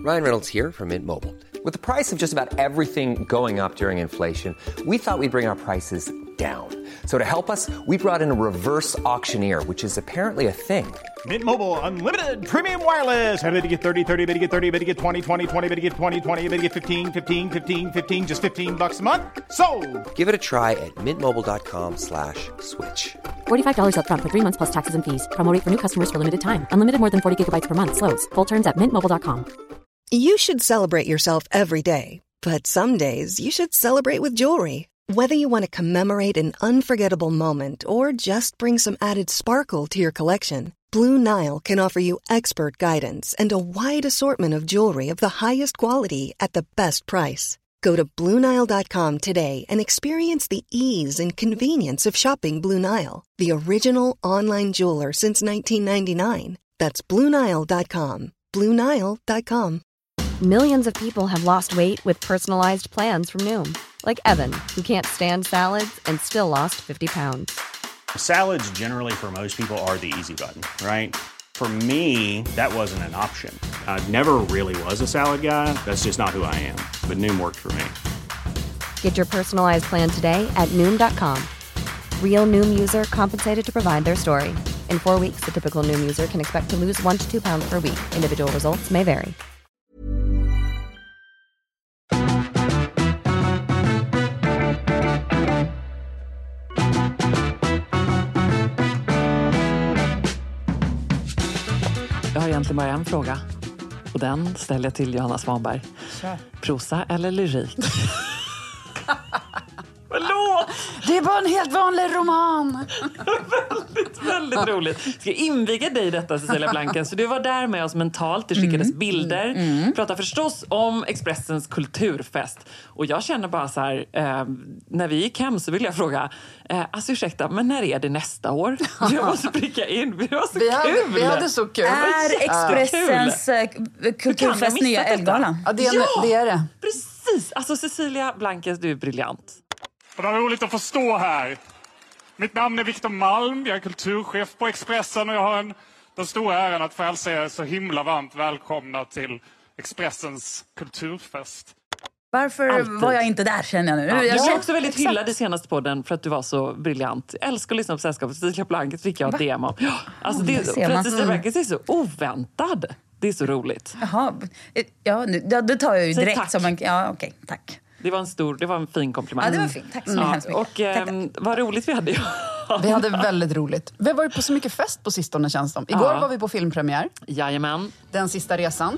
Ryan Reynolds here from Mint Mobile. With the price of just about everything going up during inflation, we thought we'd bring our prices down. So to help us, we brought in a reverse auctioneer, which is apparently a thing. Mint Mobile Unlimited Premium Wireless. How to get 30, 30, bit to get 30, bit to get 20, 20, 20, bit to get 20, 20, bit to get 15, 15, 15, 15, just $15 a month? Sold! Give it a try at mintmobile.com/switch. $45 up front for 3 months plus taxes and fees. Promo rate for new customers for limited time. Unlimited more than 40 gigabytes per month. Slows full terms at mintmobile.com. You should celebrate yourself every day. But some days you should celebrate with jewelry. Whether you want to commemorate an unforgettable moment or just bring some added sparkle to your collection, Blue Nile can offer you expert guidance and a wide assortment of jewelry of the highest quality at the best price. Go to BlueNile.com today and experience the ease and convenience of shopping Blue Nile, the original online jeweler since 1999. That's BlueNile.com. BlueNile.com. Millions of people have lost weight with personalized plans from Noom. Like Evan, who can't stand salads and still lost 50 pounds. Salads generally for most people are the easy button, right? For me, that wasn't an option. I never really was a salad guy. That's just not who I am. But Noom worked for me. Get your personalized plan today at Noom.com. Real Noom user compensated to provide their story. In 4 weeks, the typical Noom user can expect to lose 1 to 2 pounds per week. Individual results may vary. Jag har egentligen bara en fråga. Och den ställer jag till Johanna Svanberg. Kör. Prosa eller lyrik? Förlåt! Det är bara en helt vanlig roman. Väldigt roligt. Ska jag inviga dig i detta, Cecilia Blanken? Så du var där med oss mentalt. Det skickades bilder. Pratar förstås om Expressens kulturfest. Och jag känner bara så här, när vi gick hem så vill jag fråga, alltså ursäkta, men när är det nästa år? Jag måste pricka in. Det var så kul. Vi hade så kul. Är Expressens kulturfest nya Ellegalan? Ja, det är det. Precis. Alltså Cecilia Blankens, du är briljant. Och det var roligt att få stå här. Mitt namn är Victor Malm, jag är kulturchef på Expressen och jag har den stora äran att få hälsa er så himla varmt välkomna till Expressens kulturfest. Varför var jag inte där, känner jag nu? Ja, Jag du var också väldigt hyllad i senaste podden för att du var så briljant. Jag älskar att lyssna på sällskapet. Cecilia Blanket fick jag ett DM om. Alltså Cecilia Blanket är så oväntad. Det är så roligt. Jaha, ja, det tar jag ju direkt tack. som en... Ja, okej, tack. Det var en fin komplimang. Ja, det var fint. Tack så hemskt mycket. Och vad roligt vi hade. Vi hade väldigt roligt. Vi har varit på så mycket fest på sistone, känns det. Igår var vi på filmpremiär. Jajamän. Den sista resan.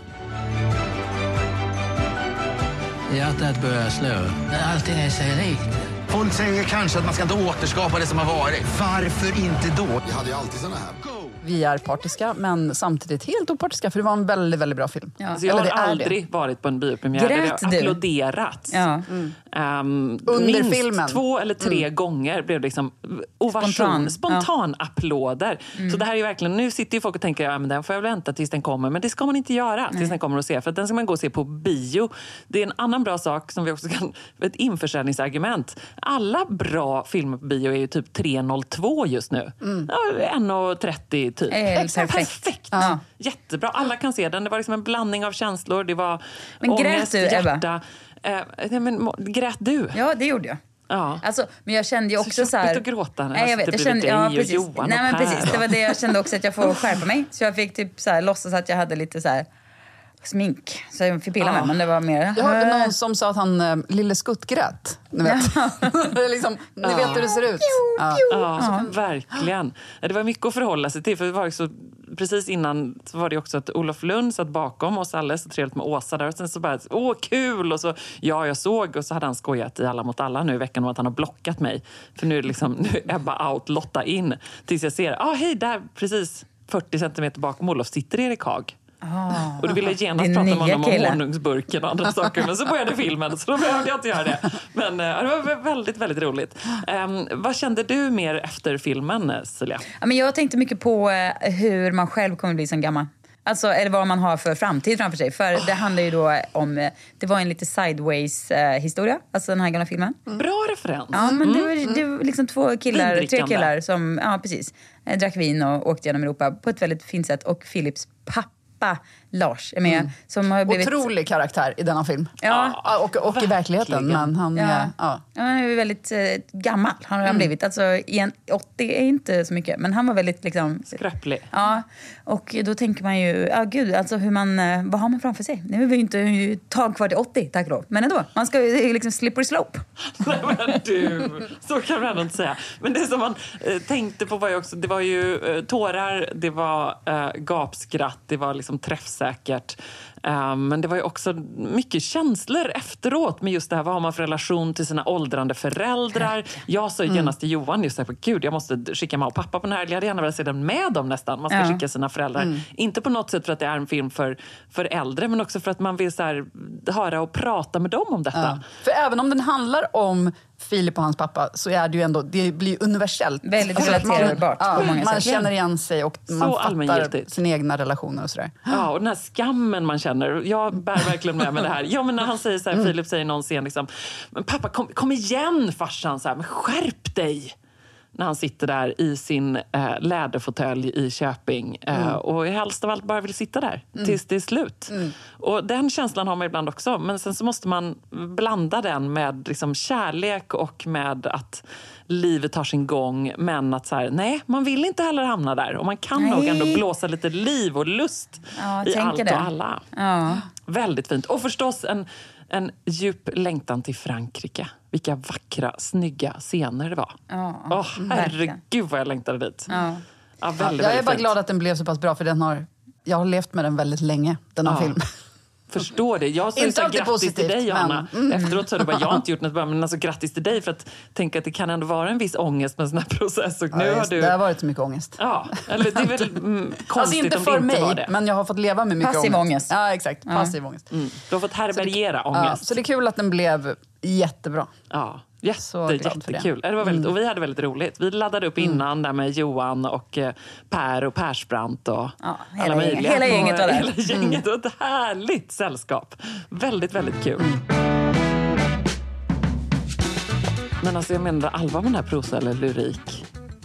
Hjärtat börjar slå. Allting är sig likt. Folk säger kanske att man ska inte återskapa det som har varit. Varför inte då? Vi hade ju alltid såna här. Vi är partiska, men samtidigt helt opartiska. För det var en väldigt, väldigt bra film. Ja. Alltså jag har aldrig varit på en biopremiär där jag applåderat. Ja. Under minst filmen. 2 eller 3 gånger blev det liksom ovation, spontan applåder. Så det här är verkligen, nu sitter ju folk och tänker, ja men den får jag väl vänta tills den kommer. Men det ska man inte göra tills den kommer att se. För att den ska man gå och se på bio. Det är en annan bra sak som vi också kan, ett införsäljningsargument. Alla bra filmer på bio är ju typ 3:02 just nu. 1:30 typ. Perfekt. Ja. Jättebra. Alla kan se den. Det var liksom en blandning av känslor. Det var ångest, hjärta. Grät du? Ja, det gjorde jag. Ja. Alltså, men jag kände ju också så här... att gråta när nej, jag vet, det kände, dig och precis. Johan nej, men och Per. precis. Det var det jag kände också, att jag får skärpa mig. Så jag fick typ så här, låtsas att jag hade lite så här smink. Så jag fick pilla mig, men det var mer... Jag hörde någon som sa att han lille skuttgrät. Ni vet. Liksom, ni vet hur det ser ut. Ja, verkligen. Det var mycket att förhålla sig till. För det var också, precis innan så var det också att Olof Lund satt bakom oss alldeles. Så trevligt med Åsa där. Och sen så bara, kul! Och så, jag såg. Och så hade han skojat i Alla mot alla nu i veckan om att han har blockat mig. För nu är det liksom, nu är bara out, Lotta in. Tills jag ser, hej, där precis 40 centimeter bakom Olof sitter Erik Haag. Och du ville genast prata med honom om honungsburken och andra saker. Men så började filmen, så då behövde jag inte göra det. Men det var väldigt, väldigt roligt. Vad kände du mer efter filmen, Cecilia? Ja, men jag tänkte mycket på hur man själv kommer bli som gammal. Alltså, eller vad man har för framtid framför sig. För det handlar ju då om... Det var en lite sideways-historia. Alltså den här gamla filmen. Bra referens. Ja, men det var liksom 3 killar som... Ja, precis. Drack vin och åkte genom Europa på ett väldigt fint sätt. Och Philips pappa Lars är med. Som har blivit... Otrolig karaktär i denna film. Ja. Och i verkligheten. Men han han är väldigt gammal. Han har blivit. Alltså, 80 är inte så mycket. Men han var väldigt liksom... Skröplig. Ja, och då tänker man ju, gud, alltså vad har man framför sig? Nu är vi ju inte tag kvar till 80, tack då. Men ändå, man ska ju liksom slippery slope. Nej, men du, så kan man ändå inte säga. Men det som man tänkte på var ju också, det var ju tårar, det var gapskratt, det var liksom träffsäkert. Men det var ju också mycket känslor efteråt med just det här, vad har man för relation till sina åldrande föräldrar. Jag sa ju genast till Johan just det här, gud, jag måste skicka mamma och pappa på den här. Jag hade gärna velat se den med dem nästan. Man ska skicka sina föräldrar. Inte på något sätt för att det är en film för äldre, men också för att man vill så här, höra och prata med dem om detta. För även om den handlar om Filip och hans pappa, så är det ju ändå, det blir universellt. Väldigt relaterbart på många sätt. Man känner igen sig och man fattar sina egna relationer och sådär. Ja, och den här skammen man känner. Jag bär verkligen med det här. Ja, men när han säger så här, Filip säger någon scen liksom, men pappa, kom igen farsan, så här, men skärp dig. När han sitter där i sin läderfåtölj i Köping och helst av allt bara vill sitta där tills det är slut. Och den känslan har man ibland också, men sen så måste man blanda den med liksom kärlek och med att livet tar sin gång, men att så här, nej, man vill inte heller hamna där, och man kan nog ändå blåsa lite liv och lust i allt och alla. Väldigt fint. Och förstås en djup längtan till Frankrike. Vilka vackra, snygga scener det var. Herregud vad jag längtade dit. Väldigt, jag är bara glad att den blev så pass bra, för jag har levt med den väldigt länge, denna film. Förstår det. Jag sa så grattis till dig, Johanna. Efteråt sa du bara, jag har inte gjort något bra, men alltså grattis till dig, för att tänka att det kan ändå vara en viss ångest med en sån här process. Och nu har du... Det har varit så mycket ångest. Ja, eller det är väl konstigt alltså inte om för det inte mig, var det. Men jag har fått leva med mycket passiv ångest. Ja, exakt. Passiv ångest. Du har fått härbärgera ångest. Så det är kul att den blev jättebra. Ja. Jättekul. Det var väldigt, och vi hade väldigt roligt. Vi laddade upp innan där med Johan och Per och Persbrandt och alla möjliga. Hela gänget var där. Hela gänget var ett härligt sällskap. Väldigt, väldigt kul. Men alltså jag menar allvar med den här prosa eller lyrik.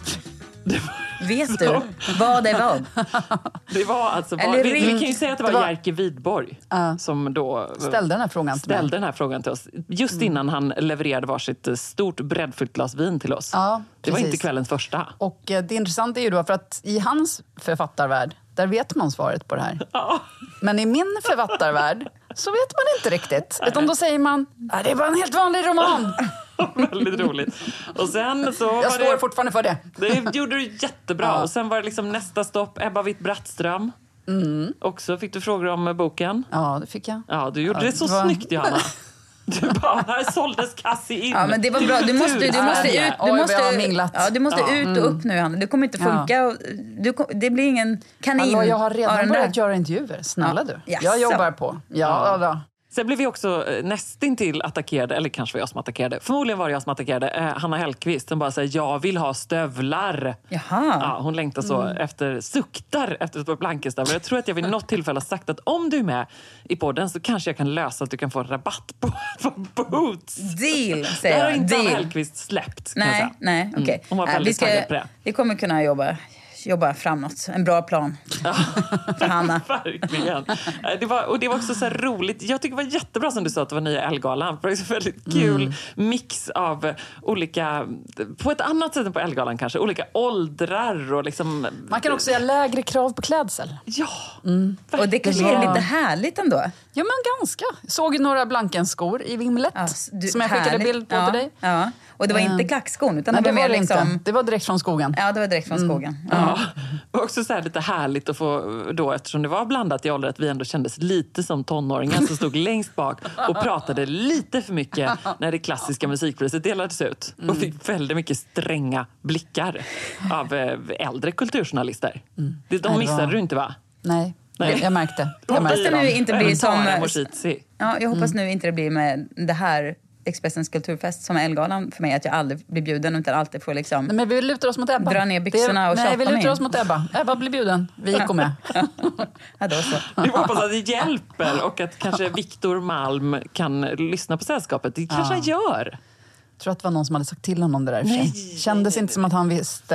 Vet du vad det var? Det var alltså vi kan ju säga att det var Jerker Widborg som då ställde den här frågan till oss just innan han levererade varsitt stort breddfyllt glas vin till oss. Det var inte kvällens första. Och det intressanta är ju då, för att i hans författarvärld, där vet man svaret på det här. Men i min författarvärld så vet man inte riktigt. Utan då säger man, det var en helt vanlig roman. Väldigt roligt. Och sen så jag står fortfarande för det. Det gjorde du jättebra. Och sen var det liksom nästa stopp, Ebba Witt-Brattström. Också fick du frågor om boken. Ja, det fick jag. Ja, du gjorde det så snyggt, Johanna. Du bara, här såldes Cassie in. Ja, men det var bra. Du måste ut. Du måste ut och upp nu, Johanna. Det kommer inte funka. Det blir ingen kanin. Jag har redan börjat göra intervjuer. Snälla du. Jag jobbar på. Sen blev vi också nästintill attackerade, eller kanske var jag som attackerade. Förmodligen var det jag som attackerade. Hanna Hellqvist som bara säger, jag vill ha stövlar. Jaha. Ja, hon längtar så suktar efter ett par blankestövlar. Jag tror att jag vid något tillfälle har sagt att om du är med i podden så kanske jag kan lösa att du kan få rabatt på boots. Deal, säger jag. Det har jag. inte Hanna Hellqvist släppt. Nej, okej. Hon var väldigt taggad på det. Vi kommer kunna jobba framåt. En bra plan för Hanna. Verkligen. Det var också så här roligt. Jag tycker det var jättebra som du sa att det var nya Ellegalan. Det var en väldigt kul mix av olika, på ett annat sätt än på Ellegalan kanske, olika åldrar och liksom... Man kan också säga lägre krav på klädsel. Ja. Och det kanske är lite härligt ändå. Ja, men ganska. Såg några Blankenskor i Vimlet som jag skickade bild på till dig. Ja. Och det var inte klackskon, utan det var mer liksom... Det var direkt från skogen. Ja, det var direkt från skogen. Ja. Och också så här lite härligt att få då, eftersom det var blandat i ålder, att vi ändå kändes lite som tonåringar som stod längst bak och pratade lite för mycket när det klassiska musikpriset delades ut. Och fick väldigt mycket stränga blickar av äldre kulturjournalister. De missade du inte, va? Nej. Jag märkte. Jag hoppas det nu inte blir som... jag hoppas nu inte det blir med det här Expressens kulturfest som är Ellegalan för mig, att jag aldrig blir bjuden utan alltid får liksom... Men vi lutar oss mot Ebba. Dra ner byxorna och Nej, vi lutar oss mot Ebba. Ebba blir bjuden. Vi går med. Ja, då så. Vi hoppas att det hjälper och att kanske Viktor Malm kan lyssna på sällskapet. Det kanske han gör. Jag tror att det var någon som hade sagt till honom det där. Kändes inte som att han visste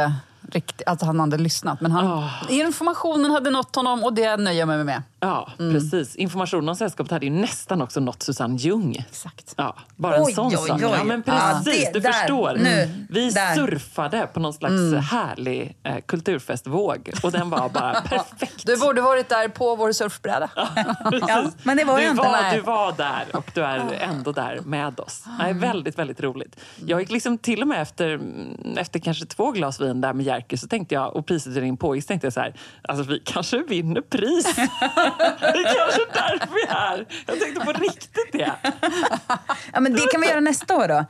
att han hade lyssnat. Men informationen hade nått honom och det nöjer jag mig med. Ja, precis. Informationen om sällskapet hade ju nästan också nått Susanne Ljung. Exakt. Ja, bara en sån sak. Ja, men precis, du förstår. Vi surfade på någon slags härlig kulturfestvåg och den var bara perfekt. Du borde varit där på vår surfbräda. Ja, men det var ju inte. Du var där och du är ändå där med oss. Det är väldigt, väldigt roligt. Jag gick liksom till och med efter kanske 2 glas vin där med Jerker så tänkte jag, och prisutdelningen pågick, så tänkte jag så här, alltså vi kanske vinner pris. Det är kanske därför vi är här. Jag tänkte på riktigt det. Ja, men det kan vi göra nästa år då.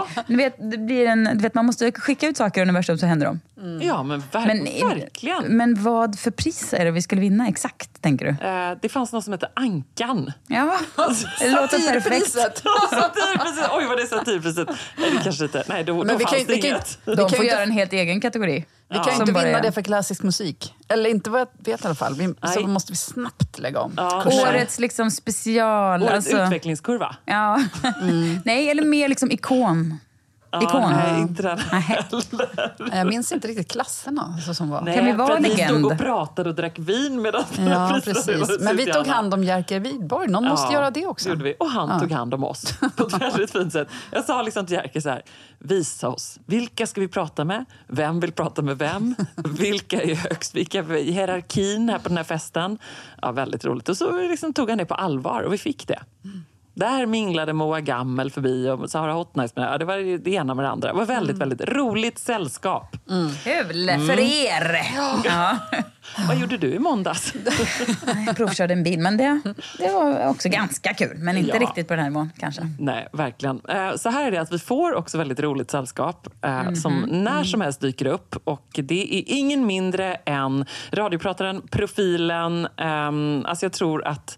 Du vet, man måste skicka ut saker i universum så händer de. Ja, men verkligen. Men vad för pris är det vi skulle vinna exakt, tänker du? Det fanns något som heter Ankan. Ja, det låter perfekt. Satirpriset. Oj, vad det är satirpriset. Nej, det kanske inte. Nej, då fanns det inget. De får göra en helt egen kategori. Vi kan ju inte vinna det för klassisk musik. Eller inte vad jag vet i alla fall. Så måste vi snabbt lägga om. Årets liksom special. Årets utvecklingskurva. Ja. Nej, eller mer liksom ikon. Nej, inte den heller. Jag minns inte riktigt klasserna som var. Kan vi vara legend? Vi stod och pratade och drack vin medan precis. Men vi tog hand om Jerker Widborg. Någon måste göra det också. Gjorde vi. Och han tog hand om oss på ett väldigt fint sätt. Jag sa liksom till Jerker så här: visa oss. Vilka ska vi prata med? Vem vill prata med vem? Vilka är högst? Vilka är i hierarkin här på den här festen? Ja, väldigt roligt. Och så liksom tog han det på allvar och vi fick det. Där minglade Moa Gammel förbi och Sara Hotnice med. Ja, det var det ena med det andra. Det var väldigt, väldigt roligt sällskap. Kul för er! Ja. Vad gjorde du i måndags? Jag provkörde en bil, men det var också ganska kul. Men inte riktigt på den här nivån, kanske. Nej, verkligen. Så här är det att vi får också väldigt roligt sällskap som när som helst dyker upp. Och det är ingen mindre än radioprataren, profilen, alltså jag tror att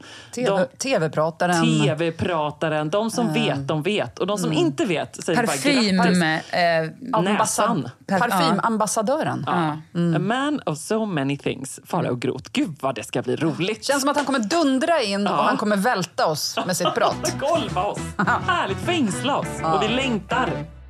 TV-prataren, de som vet, de vet. Och de som inte vet säger parfymambassadören. A man of so many things. Farao Groth. Gud vad det ska bli roligt. Känns som att han kommer dundra in och han kommer välta oss med sitt prat. Golva oss. Härligt, fängsla oss. Och vi längtar.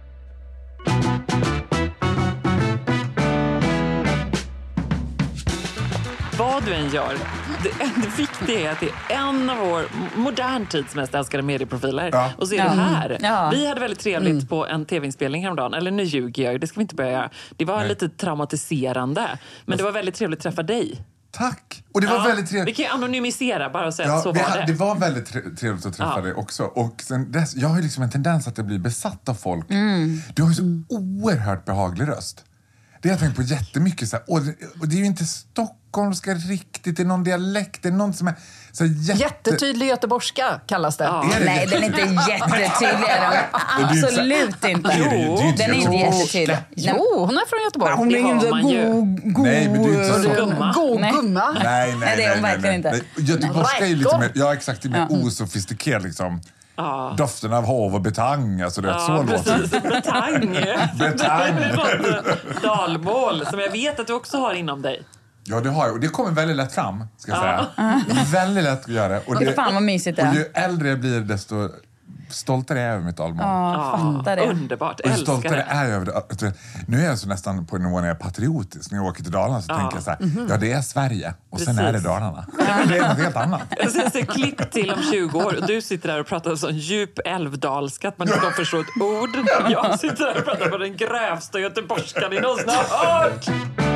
Vad du än gör, det viktiga är att det är en av vår modern tids mest älskade medieprofiler. Ja. Och så är det här. Ja. Vi hade väldigt trevligt på en tv-inspelning häromdagen. Eller nu ljuger jag, det ska vi inte börja göra. Det var lite traumatiserande. Men det var väldigt trevligt att träffa dig. Tack! Och det var väldigt trevligt. Vi kan anonymisera bara och säga att så var det. Det var väldigt trevligt att träffa dig också. Och sen jag har ju liksom en tendens att jag blir besatt av folk. Du har ju så oerhört behaglig röst. Det har jag tänkt på jättemycket. Så här, och det är ju inte stockholmska riktigt. Det är någon dialekt. Det är någon som är så jättetydlig göteborgska kallas det. Ja. Nej, den är inte jättetydlig. Absolut inte. Den är inte jättetydlig. Jo, hon är från Göteborg. Hon är inte god. Nej, men det är inte så gumma. Nej, det är hon verkligen inte. Göteborgska är ju lite mer, ja exakt, det är mer osofistikerad liksom. Doften av hav och betang, alltså det är så låter. Betang. Dalmål som jag vet att du också har inom dig. Ja, det har jag. Och det kommer väldigt lätt fram, ska jag säga. Väldigt lätt att göra. Och det fan vad mysigt det är. Och ju äldre jag blir, desto stoltare är jag över mitt dalmål. Fattar det. Underbart, älskar det. Stoltare är jag över det. Nu är jag så nästan på nivån när jag är patriotisk. När jag åker till Dalarna så tänker jag så här, ja det är Sverige. Och sen är det Dalarna. Det är något helt annat. Jag ser klipp till om 20 år. Du sitter där och pratar sån djup älvdalska att man inte kan förstå ett ord. Jag sitter där och pratar på den grövsta göteborgskan i någonsin har hört.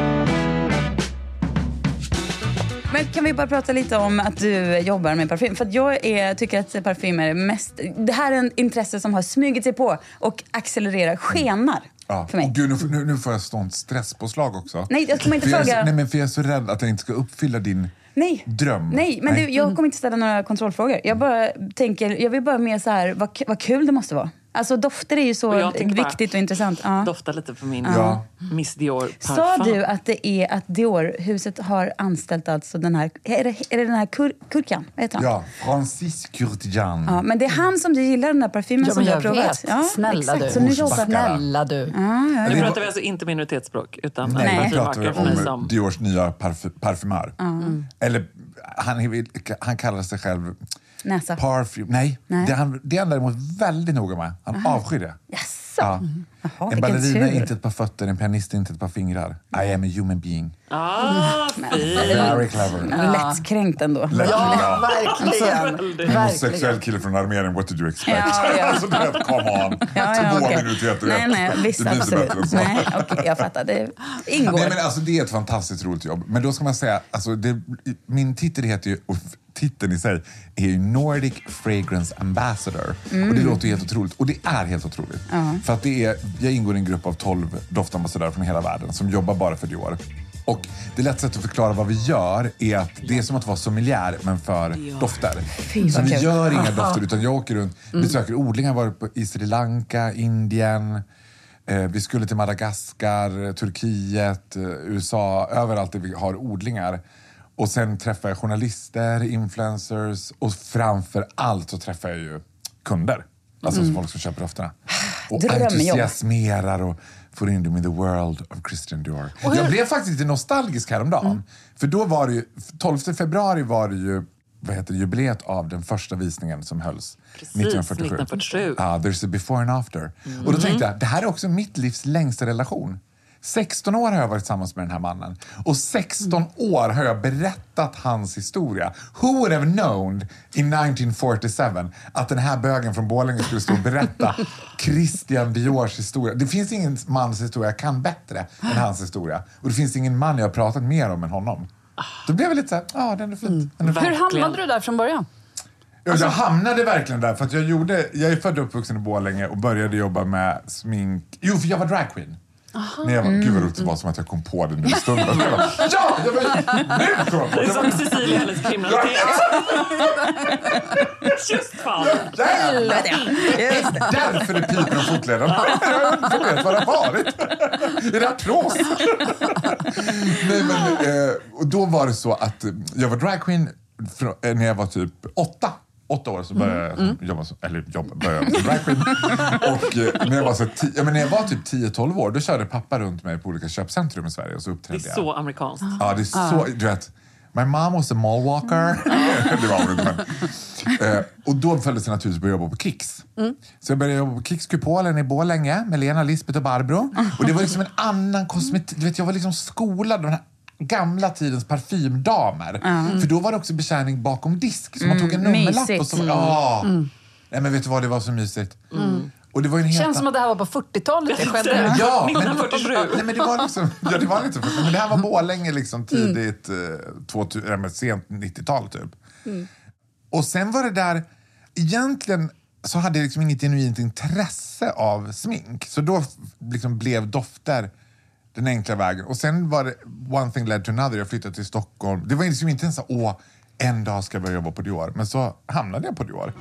Men kan vi bara prata lite om att du jobbar med parfym? För att jag tycker att parfym är mest... Det här är en intresse som har smugit sig på och accelererar, skenar för mig. Och gud, nu får jag stått stresspåslag också. Nej, jag kommer inte fråga... Nej, men för jag är så rädd att jag inte ska uppfylla din dröm. Nej, men jag kommer inte ställa några kontrollfrågor. Jag bara tänker, jag vill bara mer så här, vad kul det måste vara. Alltså dofter är ju så viktigt och intressant. Dofta lite på min Miss Dior parfum. Sa du att det är att Dior-huset har anställt alltså den här... Är det den här Kurkan? Vad heter han? Ja, Francis Kurkdjan. Ja, men det är han som du gillar, den här parfymen som du har provat. Ja, snälla du. Så nu snälla du. Nu pratar vi alltså inte minoritetsspråk utan nu pratar vi om Diors nya parfymör. Eller han kallar sig själv... Näsa. Parfym. Nej. Det är han däremot väldigt noga med. Han avskyr det. Yes. Ja. Jaha, En ballerina är inte ett par fötter, en pianist är inte ett par fingrar. I am a human being. Very clever. Lättkränkt ändå. Ja, verkligen. Homosexuell kille från Armenien, what did you expect? Alltså det är come on. 2 minoriteter. Nej, visst, absolut. Nej, okej, jag fattar. Det ingår. Nej, men alltså, det är ett fantastiskt roligt jobb. Men då ska man säga, alltså, min titel heter ju, och titeln i sig är ju Nordic Fragrance Ambassador. Och det låter ju helt otroligt. Och det är helt otroligt. För att jag ingår i en grupp av 12 doftambassadörer från hela världen som jobbar bara för Dior. Och det lätt sätt att förklara vad vi gör är att det är som att vara sommelier men för dofter. Så vi gör inga dofter utan jag åker runt, besöker odlingar, varit i Sri Lanka, Indien, vi skulle till Madagaskar, Turkiet, USA, överallt där vi har odlingar. Och sen träffar jag journalister, influencers och framför allt så träffar jag ju kunder. Alltså folk som köper dofterna. Och entusiasmerar och får in dem in the world of Christian Dior. Jag blev faktiskt lite nostalgisk häromdagen. För då var det ju, 12 februari var det ju, jubileet av den första visningen som hölls. Precis, 1947. There's a before and after. Och då tänkte jag, det här är också mitt livs längsta relation. 16 år har jag varit tillsammans med den här mannen. Och 16 år har jag berättat hans historia. Who would have known in 1947 att den här bögen från Borlänge skulle stå och berätta Christian Diors historia. Det finns ingen mans historia jag kan bättre än hans historia. Och det finns ingen man jag har pratat mer om än honom. Då blev jag lite så här, den är fint. Hur hamnade du där från början? Jag hamnade verkligen där för att jag är född och uppvuxen i Borlänge och började jobba med smink. Jo, för jag var dragqueen. När jag var, gud vad roligt det var som att jag kom på det nu i stunden. Jag var, det är som Cecilia hennes kriminalitet. Just fan. Därför är pipen och fotledaren. Jag vet vad det har varit. Är det artros? Nej, men, och då var det så att jag var dragqueen när jag var typ 8 år så började jag jobba som dragqueen. Och när jag var typ 10-12 år då körde pappa runt mig på olika köpcentrum i Sverige och så uppträdde jag. Det är så amerikanskt. Ja, det är så, du vet, my mom was a mall walker. Det var hon inte. Och då följdes jag naturligtvis börja jobba på Kicks. Så jag började jobba på Kicks Kupolen i Borlänge med Lena, Lisbeth och Barbro. Och det var liksom en annan kosmetik. Du vet, jag var liksom skolad den här gamla tidens parfymdamer. För då var det också betjäning bakom disk. Så man tog en nummerlapp och så... Nej, men vet du vad, det var så mysigt. Och det var ju en känns som att det här var på 40-talet det skedde. Ja, 1947. Men det var liksom... Ja, det var inte 40. Men det här var Borlänge liksom tidigt, sent 90-tal typ. Och sen var det där... Egentligen så hade jag liksom inget genuint intresse av smink. Så då liksom blev dofter den enkla vägen. Och sen var det one thing led to another. Jag flyttade till Stockholm. Det var liksom inte ens så, en dag ska jag börja jobba på Dior. Men så hamnade jag på Dior.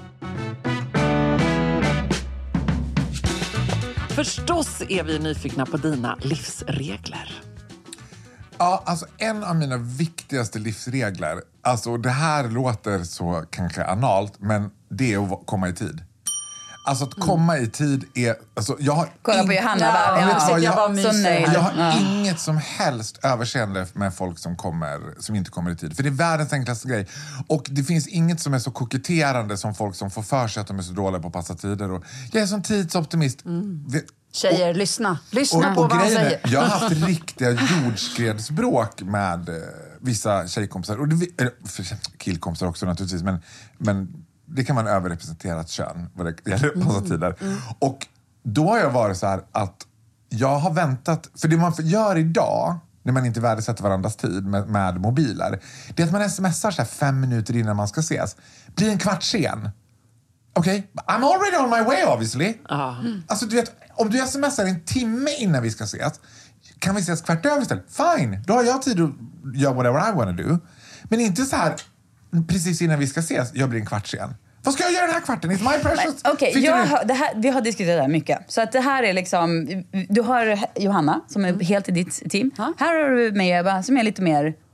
Förstås är vi nyfikna på dina livsregler. Ja, alltså en av mina viktigaste livsregler, alltså det här låter så kanske analt, men det är att komma i tid. Alltså att komma i tid är... Alltså jag har kolla på Johanna. Jag har inget som helst överseende med folk som inte kommer i tid. För det är världens enklaste grej. Och det finns inget som är så koketterande som folk som får för sig att de är så dåliga på att passa tider. Och jag är som tidsoptimist. Tjejer, lyssna på vad han säger. Jag har haft riktiga jordskredsbråk med vissa tjejkompisar. Och killkompisar också naturligtvis. Men det kan man överrepresenterat kön vad det gäller passa tider. Och då har jag varit så här att jag har väntat. För det man gör idag när man inte värdesätter varandras tid med mobiler, det är att man smsar så här 5 minuter innan man ska ses. Blir en kvart sen. Okej? I'm already on my way obviously. Alltså du vet, om du smsar en timme innan vi ska ses, kan vi ses kvart över istället? Fine, då har jag tid att göra whatever I want to do. Men inte så här precis innan vi ska ses, jag blir en kvart sen. Vad ska jag göra den här kvarten? It's my precious. Okej, vi har diskuterat det här mycket. Så att det här är liksom... Du har Johanna som är helt i ditt team. Här har du mig, Ebba, som är lite mer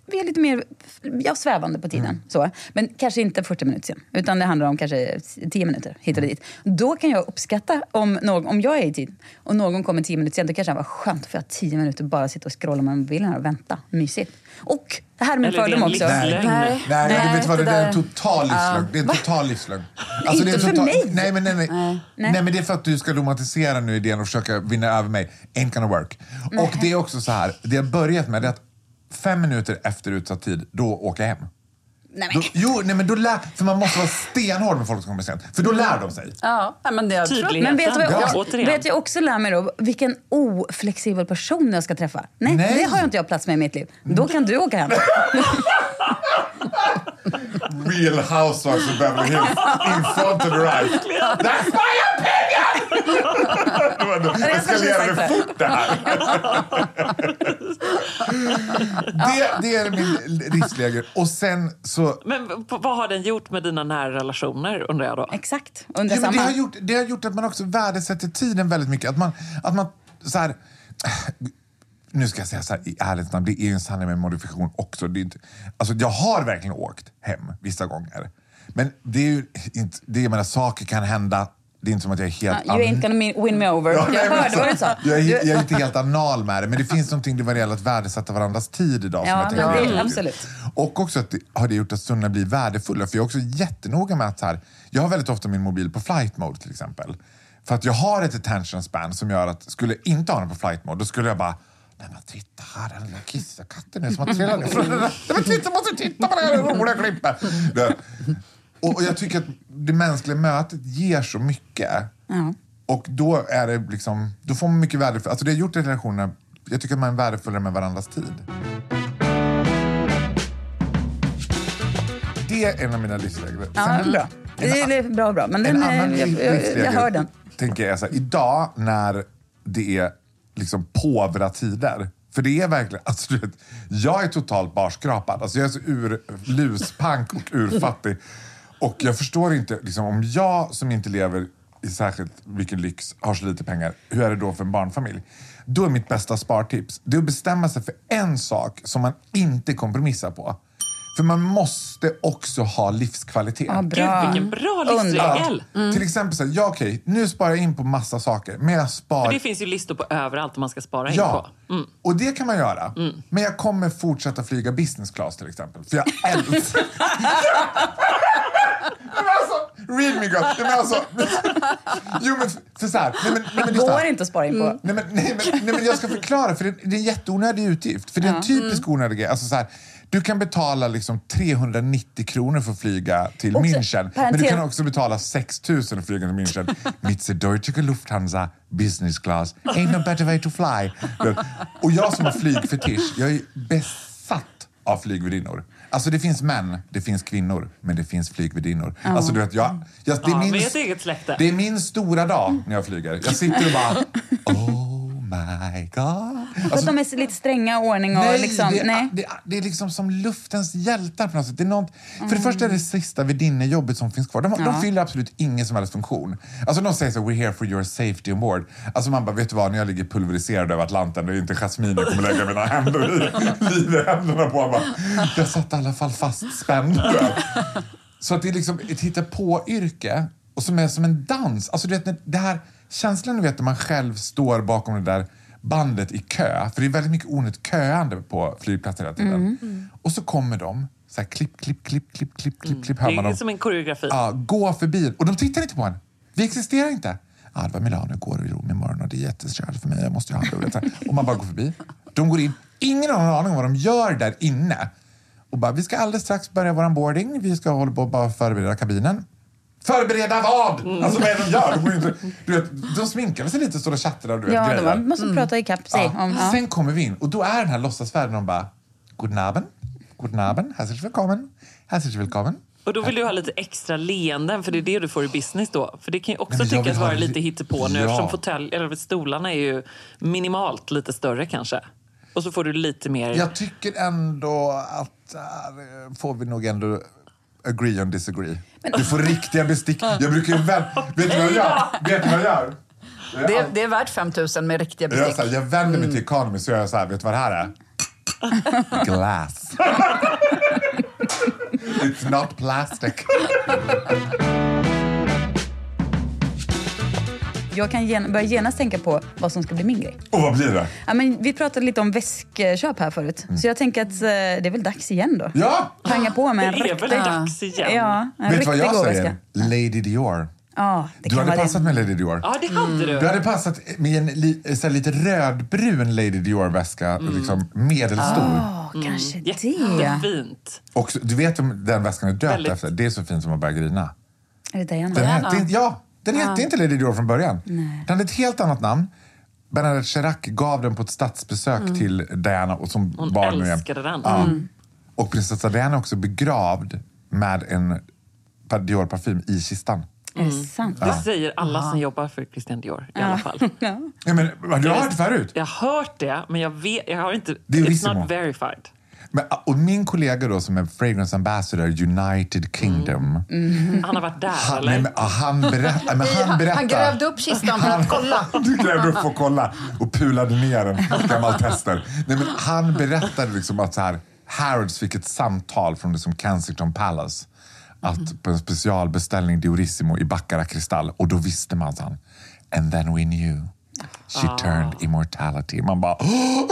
vi är lite mer svävande på tiden. Så. Men kanske inte 40 minuter sen. Utan det handlar om kanske 10 minuter hit eller dit. Då kan jag uppskatta om jag är i tid och någon kommer 10 minuter sen, då kanske det var skönt för att 10 minuter bara sitta och scrolla med mobilen och vänta. Mysigt. Och det här med fördom också. Nej, du vet vad det är en total livslögn. Det är en total livslögn. Alltså, inte för mig. Nej, men det är för att du ska romantisera nu idén och försöka vinna över mig. Ain't gonna work. Nej. Och det är också så här, det jag börjat med är att 5 minuter efter utsatt tid, då åker jag hem. Men då för man måste vara stenhård med folk som kommer sent. För då lär de sig. Ja, men det är tydligheten. Men vet jag också lär mig då vilken oflexibel person jag ska träffa. Nej. Det har jag inte plats med i mitt liv. Då kan du åka hem. Real Housewives of Beverly Hills in front of the right. That's my opinion! Jag ska leva det fort det här. Det är min riskläge. Och sen så... Men vad har den gjort med dina nära relationer, undrar jag då? Exakt. Det har gjort att man också värdesätter tiden väldigt mycket. Att man så här... Nu ska jag säga så här i ärlighet namn, det är ju en sanning med modifikation också. Det är inte, alltså jag har verkligen åkt hem vissa gånger. Men det är ju inte, jag menar, saker kan hända. Det är inte som att jag är helt... You ain't gonna win me over. Jag hörde vad du sa. Jag är inte helt anal med det. Men det finns någonting det vad det gäller att värdesätta varandras tid idag. Ja, som jag det är absolut. Och också att har det gjort att stunderna blir värdefulla. För jag är också jättenoga med att här, jag har väldigt ofta min mobil på flight mode till exempel. För att jag har ett attention span som gör att skulle jag inte ha den på flight mode, då skulle jag bara... Nej, men titta här, den där kissakatten är som att trilla ner från den där. Nej, men måste titta på det här roliga klippet. Och jag tycker att det mänskliga mötet ger så mycket. Ja. Och då är det liksom, då får man mycket värde för, alltså det har gjort i relationerna, jag tycker att man är värdefullare med varandras tid. Det är en av mina livsregler. Ja, bra. Det är bra. Men den jag hör den. Tänker jag så här, idag när det är liksom påvra tider. För det är verkligen, alltså du vet, jag är totalt barskrapad. Alltså jag är så luspank och urfattig. Och jag förstår inte, liksom, om jag som inte lever i särskilt mycket lyx har så lite pengar, hur är det då för en barnfamilj? Då är mitt bästa spartips, det är att bestämma sig för en sak som man inte kompromissar på. För man måste också ha livskvalitet. Ja, bra. Gud, vilken bra livsregel. Till exempel så här, okej, nu sparar jag in på massa saker. Men jag spar... För det finns ju listor på överallt man ska spara in på. Och det kan man göra. Men jag kommer fortsätta flyga business class till exempel. För jag älskar... Men alltså, read me God. Men alltså... Jo, men för så här... Det går inte att spara in på. Nej, men jag ska förklara. För det är en jätteonödig utgift. För det är en typisk onödig grej. Alltså så här... Du kan betala liksom 390 kronor för att flyga till München. Men du kan också betala 6 000 för att flyga till München. Mit Deutsche Lufthansa business class. Ain't no better way to fly. Och jag som har flygfetisch, jag är besatt av flygvärdinnor. Alltså det finns män, det finns kvinnor, men det finns flygvärdinnor. Alltså du vet, det är eget släkte. Det är min stora dag när jag flyger. Jag sitter och bara... my God. Alltså, de är lite stränga ordning och nej, liksom... Det är liksom som luftens hjältar på något sätt. Det är något, för det första är det sista värdinnejobbet som finns kvar. De fyller absolut ingen som helst funktion. Alltså de säger så, we're here for your safety on board. Alltså man bara, vet du vad, när jag ligger pulveriserad över Atlanten, det är inte Jasmine jag kommer lägga mina händer i händerna på. Bara, jag satt i alla fall fastspänd. Så att det är liksom ett hitta-på-yrke och som är som en dans. Alltså du vet, det här känslan du vet när man själv står bakom det där bandet i kö. För det är väldigt mycket onödigt köande på flygplatser hela tiden. Och så kommer de så här klipp. Det är som en koreografi. Ja, gå förbi. Och de tittar inte på en. Vi existerar inte. Ja, det var Milano igår och i Rom imorgon och det är jättekärligt för mig. Jag måste ju ha roligt. Och man bara går förbi. De går in. Ingen har någon aning om vad de gör där inne. Och bara, vi ska alldeles strax börja våran boarding. Vi ska hålla på och bara förbereda kabinen. Förbereda vad? Alltså vad är de gör? De sminkar sig lite och står och chattar och ja, grejer. De måste prata i kapp sig. Ja. Sen kommer vi in och då är den här låtsasvärlden och de bara, guten Abend, herzlich willkommen. Och då vill du ha lite extra leenden, för det är det du får i business då. För det kan ju också tyckas vara lite hittepå nu, eftersom stolarna är ju minimalt lite större kanske. Och så får du lite mer... Jag tycker ändå att får vi nog ändå agree on disagree. Du får riktiga bestick. Jag brukar ju vet du vad jag gör? Det är värt 5 000 med riktiga bestick. Jag vänder mig till economy så gör jag så här, vet du vad det här är? Glass. It's not plastic. Jag kan börja genast tänka på vad som ska bli min grej. Och vad blir det? Ja, men vi pratade lite om väskköp här förut. Så jag tänker att det är väl dags igen då. Ja! Panga på med en Det är väl dags igen. Ja, en Vet du vad jag god säger? väska. Lady Dior. Ja, det Du kan hade vara passat med Lady Dior. Ja, det hade du. Du hade passat med en lite rödbrun Lady Dior-väska, liksom medelstor. Kanske det. Jättefint. Och du vet om den väskan är döpt Väldigt. efter. Det är så fint som att börja grina. Är det Diana? Den hette inte Lady Dior från början. Nej. Den hade ett helt annat namn. Bernadette Chirac gav den på ett statsbesök till Diana. Och som Hon barn älskade den. Ja. Och prinsessa Diana är också begravd med en Dior-parfym i kistan. Är det sant? Det säger alla som jobbar för Christian Dior i alla fall. Ja, men, du har hört förut? Jag har hört det, men jag har inte... Det är It's Rissimo. not verified. Men, och min kollega då som är Fragrance Ambassador United Kingdom. Han har varit där, eller? Nej, men, han berättar. Han grävde upp kistan för att kolla. Du grävde upp för att kolla och pulade ner en gammal tester. Nej, men han berättade liksom att så här, Harrods fick ett samtal från det som Kensington Palace. Att på en specialbeställning Diorissimo i Baccarat Kristall. Och då visste man så han. And then we knew. She turned immortality. Man bara...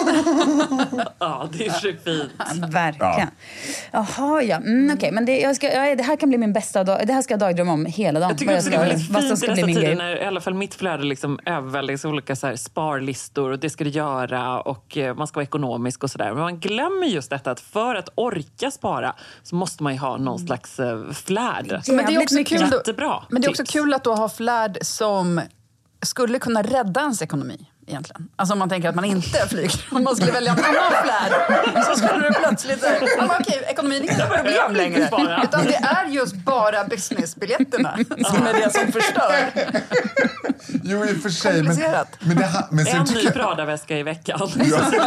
Ja, det är så fint. Verkligen. Jaha, ja. Okej, men det här kan bli min bästa dag. Det här ska jag dagdrömma om hela dagen. Jag tycker också det är väldigt vad som fint i ska bli dessa min tider grej. när i alla fall mitt flöde liksom överväldigas olika så här sparlistor och det ska det göra och man ska vara ekonomisk och sådär. Men man glömmer just detta att för att orka spara så måste man ju ha någon slags flärd. Men det är också kul, jättebra. Men det är också kul att då ha flärd som skulle kunna rädda ens ekonomi egentligen. Alltså om man tänker att man inte flyger. Om man skulle välja en annan flärd så skulle det plötsligt säga, okej, ekonomin är inga problem längre. Utan det är just bara businessbiljetterna som är det som förstör. Jo, i och för sig. Men sen en tycker ny Prada-väska i veckan. Det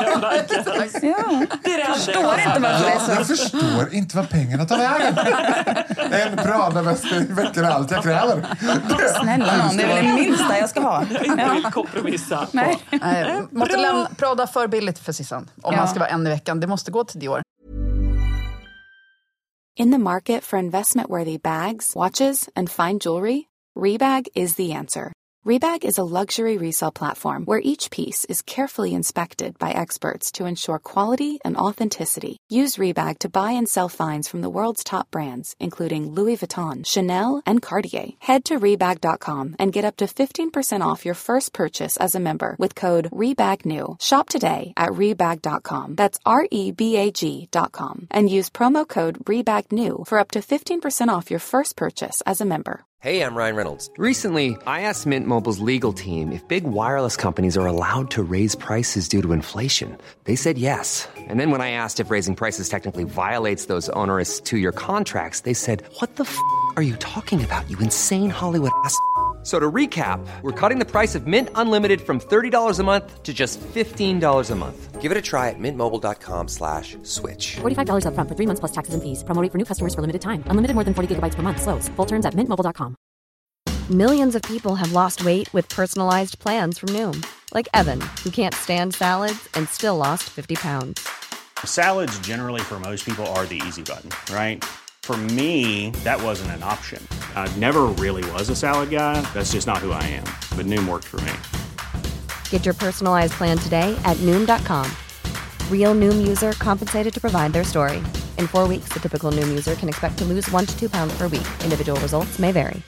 jag förstår inte vad pengarna tar vägen. En Prada-väska i veckan är allt jag kräver. Snälla någon, det är väl det minsta jag ska ha. Inte vill kompromissa. Nej. Måste lämna Prada för billigt för Sissan. Om man ska vara en i veckan. Det måste gå till Dior. In the market for investment-worthy bags, watches, and fine jewelry, Rebag is the answer. Rebag is a luxury resale platform where each piece is carefully inspected by experts to ensure quality and authenticity. Use Rebag to buy and sell finds from the world's top brands, including Louis Vuitton, Chanel, and Cartier. Head to Rebag.com and get up to 15% off your first purchase as a member with code REBAGNEW. Shop today at Rebag.com. That's REBAG.com. And use promo code REBAGNEW for up to 15% off your first purchase as a member. Hey, I'm Ryan Reynolds. Recently, I asked Mint Mobile's legal team if big wireless companies are allowed to raise prices due to inflation. They said yes. And then when I asked if raising prices technically violates those onerous two-year contracts, they said, "What the f*** are you talking about, you insane Hollywood ass?" So to recap, we're cutting the price of Mint Unlimited from $30 a month to just $15 a month. Give it a try at mintmobile.com/switch. $45 up front for 3 months plus taxes and fees. Promo rate for new customers for limited time. Unlimited more than 40 gigabytes per month. Slows full terms at mintmobile.com. Millions of people have lost weight with personalized plans from Noom. Like Evan, who can't stand salads and still lost 50 pounds. Salads generally for most people are the easy button, right? For me, that wasn't an option. I never really was a salad guy. That's just not who I am. But Noom worked for me. Get your personalized plan today at Noom.com. Real Noom user compensated to provide their story. In 4 weeks, the typical Noom user can expect to lose 1 to 2 pounds per week. Individual results may vary.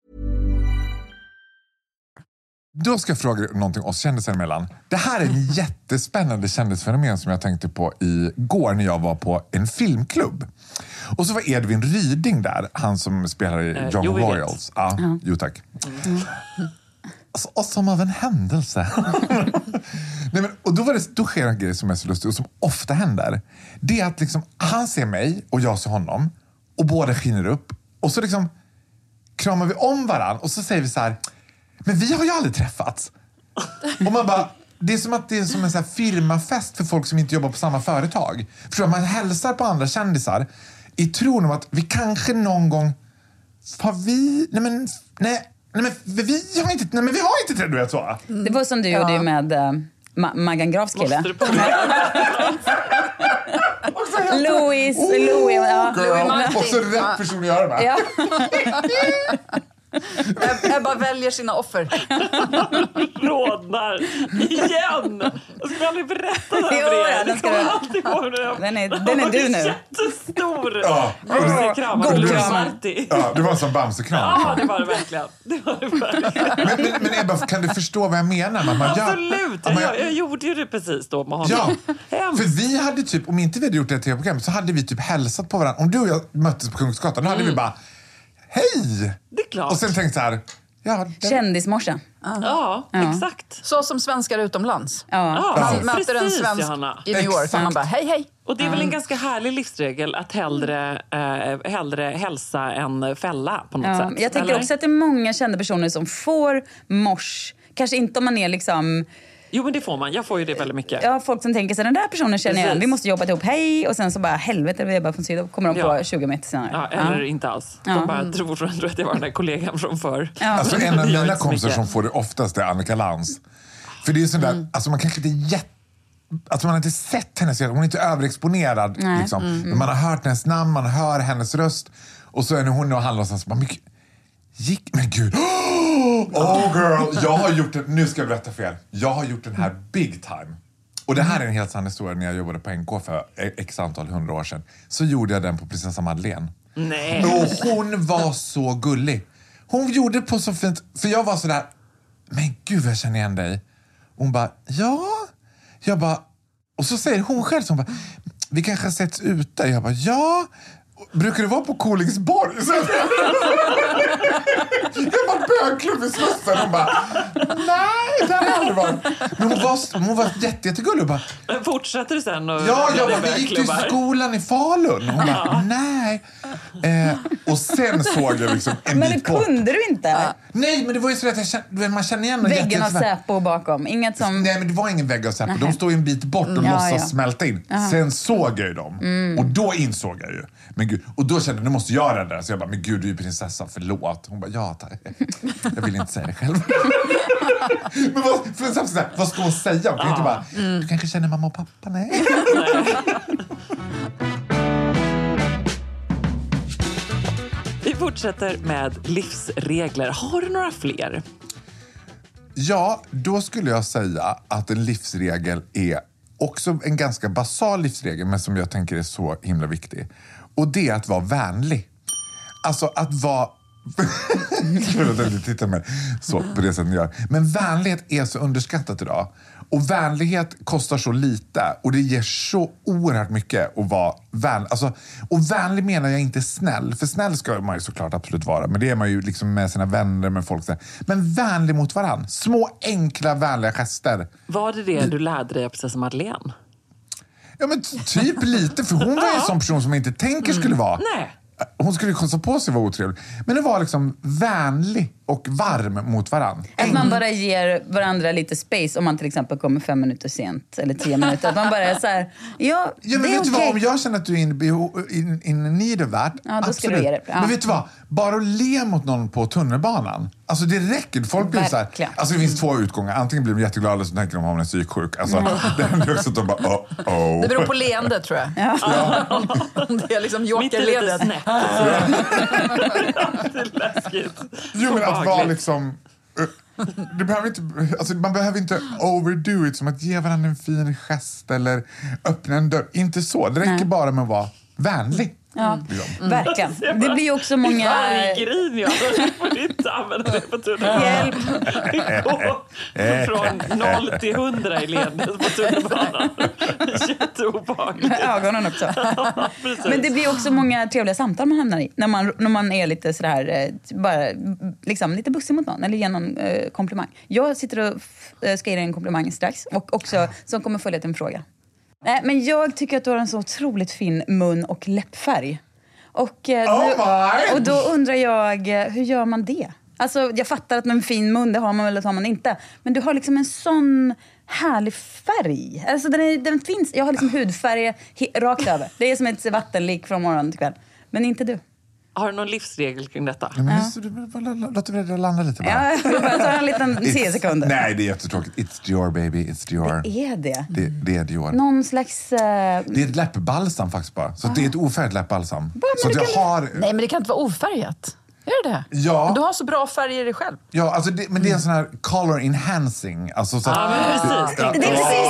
Då ska jag fråga någonting oss kändisar emellan. Det här är en jättespännande kändisfenomen som jag tänkte på igår när jag var på en filmklubb. Och så var Edvin Ryding där, han som spelar i Young Royals. Ja, jo tack. Och som av en händelse. Nej, men, och då sker en grej som är så lustig och som ofta händer. Det är att liksom, han ser mig och jag ser honom och båda skiner upp. Och så liksom kramar vi om varann och så säger vi så här: men vi har ju aldrig träffats. Och man bara, det är som att det är som en så här firmafest för folk som inte jobbar på samma företag. Förstår du? Man hälsar på andra kändisar i tron om att vi kanske någon gång har vi... vi har inte det, du vet så. Det var som du gjorde med Maggan Grafs kille. Louis. Och så rätt person att göra det. Ja. Ebba väljer sina offer. Rodnar igen. Jag ska aldrig berätta det här för er. Det kommer alltid på det. Den är du nu. Jättestor. Ja. Marti. Ja, det var en sån Bamsekram. Ja, det var det verkligen. Men Ebba, kan du förstå vad jag menar? Absolut. Jag gjorde ju det precis då med honom. Ja, för vi hade typ, om inte vi hade gjort det tv-program så hade vi typ hälsat på varandra. Om du och jag möttes på Kungsgatan, då hade vi bara hej! Det är klart. Och sen tänkte så här, kändismorsa. Ja, exakt. Så som svenskar utomlands. Man möter en svensk i New York och man bara hej. Och det är väl en ganska härlig livsregel att hellre hälsa än fälla på något sätt. Jag tänker också att det är många kända personer som får mors. Kanske inte om man är liksom... Jo, men det får man. Jag får ju det väldigt mycket. Ja, folk som tänker så den där personen känner igen. Vi måste jobba ihop, hej. Och sen så bara, helvete, vi är bara från syd. Då kommer de på 20 meter senare. Ja, eller inte alls. De bara tror att jag var den där kollegan från förr. Alltså en av mina kompisar som får det oftast är Annika Lantz. För det är sån där, alltså man kanske inte alltså man har inte sett hennes, hon är inte överexponerad liksom. Men man har hört hennes namn, man hör hennes röst. Och så är det hon och han låtsas bara, men gud. Oh girl, jag har gjort nu ska jag berätta för er. Jag har gjort den här big time. Och det här är en helt sann historia. När jag jobbade på NK för x antal 100 år sedan, så gjorde jag den på prinsessa Madeleine. Nej. Och hon var så gullig. Hon gjorde på så fint. För jag var så där, men gud jag känner igen dig. Hon bara, ja. Jag bara, och så säger hon själv så hon bara, vi kanske har setts ute. Jag bara, ja. Brukar det vara på Kolingsborg? Jag bara bögklubb i Slussen. Hon bara, nej, det har aldrig varit. Men hon var jättegullig och bara... Fortsätter du sen? Och vi gick till skolan i Falun. Hon bara, nej. Och sen såg jag liksom en men bit bort. Men kunde du inte? Nej, men det var ju så att man känner igen... Väggen av Säpo bakom. Inget som... Nej, men det var ingen vägg av Säpo. De stod en bit bort och låtsas smälta in. Sen såg jag ju dem. Och då insåg jag ju. Men gud, och då kände jag, nu måste jag göra det. Så jag bara, men gud, du är prinsessa, förlåt. Hon bara, ja tack. Jag vill inte säga det själv. Men vad ska hon säga? Hon kan inte bara, du kanske känner mamma och pappa, nej. Vi fortsätter med livsregler. Har du några fler? Ja, då skulle jag säga att en livsregel är också en ganska basal livsregel, men som jag tänker är så himla viktig. Och det är att vara vänlig. Alltså att vara... Titta med så på det sättet ni gör. Men vänlighet är så underskattat idag. Och vänlighet kostar så lite. Och det ger så oerhört mycket att vara vänlig. Alltså, och vänlig menar jag inte snäll. För snäll ska man ju såklart absolut vara. Men det är man ju liksom med sina vänner, med folk. Men vänlig mot varann. Små, enkla, vänliga gester. Var det du lärde dig av prinsessa Madeleine? Ja, men typ lite. För hon var ju en sån person som man inte tänker skulle vara. Nej. Hon skulle kosta på sig vara otrevlig. Men det var liksom vänlig och varm mot varann. Att man bara ger varandra lite space om man till exempel kommer 5 minuter sent eller 10 minuter. Att man bara är så här, ja men vet du vad, om jag känner att du är in need of that, ja, då ska du ge det. Ja. Men vet du vad, bara att le mot någon på tunnelbanan. Alltså det räcker, folk blir så här. Alltså det finns 2 utgångar. Antingen blir de jätteglada eller så tänker de att hon är psyksjuk. Alltså det händer också att de bara oh. Det beror på leende, tror jag. Ja. Det är liksom jokerledet. Det är läskigt. Jo, men att vara liksom... Det behöver inte, alltså man behöver inte overdo it, som att ge varandra en fin gest eller öppna en dörr. Inte så. Det räcker bara med att vara vänlig. Ja, verkligen. Det blir ju också många... Grin, jag får inte använda det på tunnelbanan. Från 0 till 100 i ledet på tunnelbanan. Jätteobehagligt. Ögonen också. Men det blir också många trevliga samtal man hamnar i. När man är lite sådär, bara liksom lite bussig mot någon. Eller ger någon komplimang. Jag sitter och ska ge dig en komplimang strax. Och också som kommer följa till en fråga. Nej, men jag tycker att du har en så otroligt fin mun- och läppfärg. Och då undrar jag, hur gör man det? Alltså, jag fattar att med en fin mun, det har man eller har man inte. Men du har liksom en sån härlig färg. Alltså, den finns. Jag har liksom hudfärg rakt över. Det är som ett vattenlik från morgon till kväll. Men inte du. Har du någon livsregel kring detta? Ja, men låt det landa lite bara. Ja, jag bara tar en liten 10 sekunder. Nej, det är jättetråkigt. It's Dior, baby. It's Dior. Det är det. Det är Dior. Någon slags... Det är ett läppbalsam faktiskt bara. Så det är ett ofärgat läppbalsam. Så jag har... Nej, men det kan inte vara ofärgat. Är det? Ja. Men du har så bra färger i dig själv. Ja, alltså men det är en sån här color enhancing. Alltså så men precis. Det är precis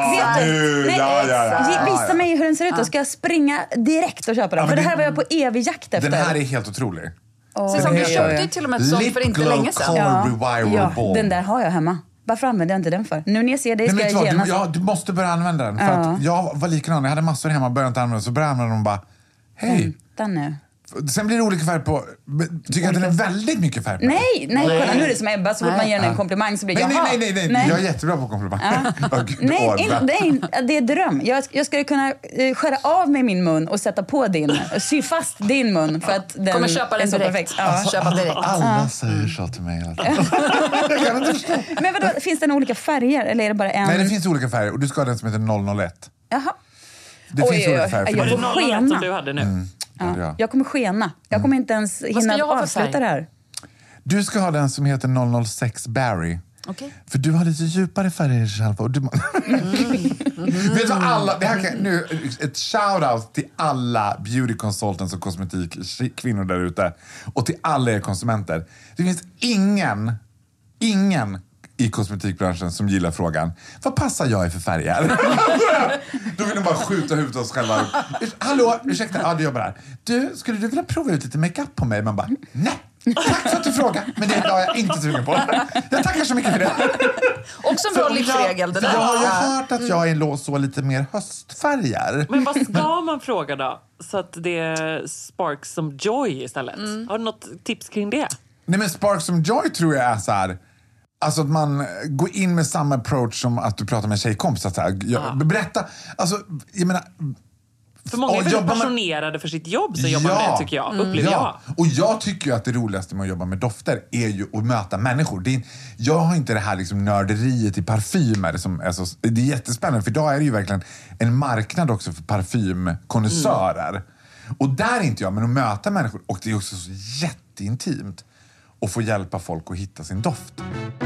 det. Visa mig hur den ser ut. Då ska jag springa direkt och köpa den. För det här var jag på evig jakt efter. Den här är helt otrolig. Du köpte ju till och med ett sånt för inte länge sedan. Ja, den där har jag hemma. Varför använder jag inte den för? Nu när jag ser dig ska jag genast... Du måste börja använda den. För att jag var likadan. Jag hade massor hemma och började inte använda den. Så började jag använda den och bara... Hej! Vänta nu. Sen blir det olika färg på... Tycker jag att den är väldigt mycket färg på? Nej, kolla, nu är det som Ebba. Så fort man ger den en komplimang så blir jag... Nej. Jag är jättebra på komplimanger. Det är dröm. Jag skulle kunna skära av mig min mun och sätta på din. Sy fast din mun för att den kommer köpa den är så direkt. perfekt. Alltså, köpa direkt. Alla säger så till mig. Jag kan inte förstå. Men vadå, finns det olika färger eller är det bara en? Nej, det finns olika färger och du ska ha den som heter 001. Jaha. Det finns olika färger. Var det 001 som du hade nu? Ja. Jag kommer skena. Jag kommer inte ens hinna avsluta det här. Du ska ha den som heter 006 Barry. Okay. För du har lite djupare färger själv. Och du... Vet du alla... Det här kan, nu, ett shout-out till alla beauty consultants och kosmetikkvinnor där ute. Och till alla er konsumenter. Det finns ingen i kosmetikbranschen som gillar frågan: vad passar jag i för färger? Då vill de bara skjuta huvudet oss själva. Hallå, ursäkta, ja, du jobbar här. Skulle du vilja prova ut lite makeup på mig? Man bara, nej. Tack för att du frågar, men det är jag inte sugen på. Jag tackar så mycket för det. Också en bra livsregel. Jag har ju hört att jag är så lite mer höstfärger. Men vad ska man fråga då? Så att det är sparks som joy istället. Har du något tips kring det? Nej, men sparks som joy tror jag är så här... Alltså att man går in med samma approach som att du pratar med en tjejkompis. Berätta, alltså, jag menar... För många är väldigt passionerade för sitt jobb som jobbar med det, tycker jag. Upplever jag. Och jag tycker ju att det roligaste med att jobba med dofter är ju att möta människor. Jag har inte det här liksom nörderiet i parfymer som är så... Det är jättespännande, för idag är det ju verkligen en marknad också för parfymkonnässörer. Och där är inte jag, men att möta människor. Och det är också så jätteintimt att få hjälpa folk att hitta sin doft.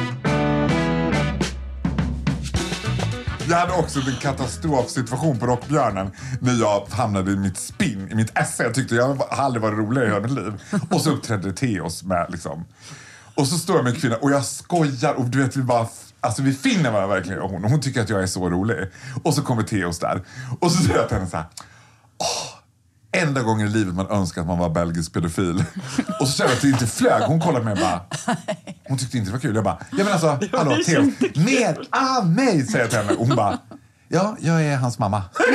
Jag hade också en katastrofsituation på Rockbjörnen när jag hamnade i mitt spinn, i mitt esse. Jag tyckte jag aldrig varit roligare i hela mitt liv. Och så uppträdde Theos med liksom. Och så står jag med en kvinna och jag skojar och du vet vi finner varandra verkligen. Och hon tycker att jag är så rolig. Och så kommer Theos där. Och så säger jag till henne så här: enda gången i livet man önskar att man var belgisk pedofil. Och så kände jag att det inte flög. Hon kollade med mig och bara... Hon tyckte inte det var kul. Jag bara, men alltså, hallå, Theo, mer av mig, säger jag till henne. Och hon bara, ja, jag är hans mamma. Jag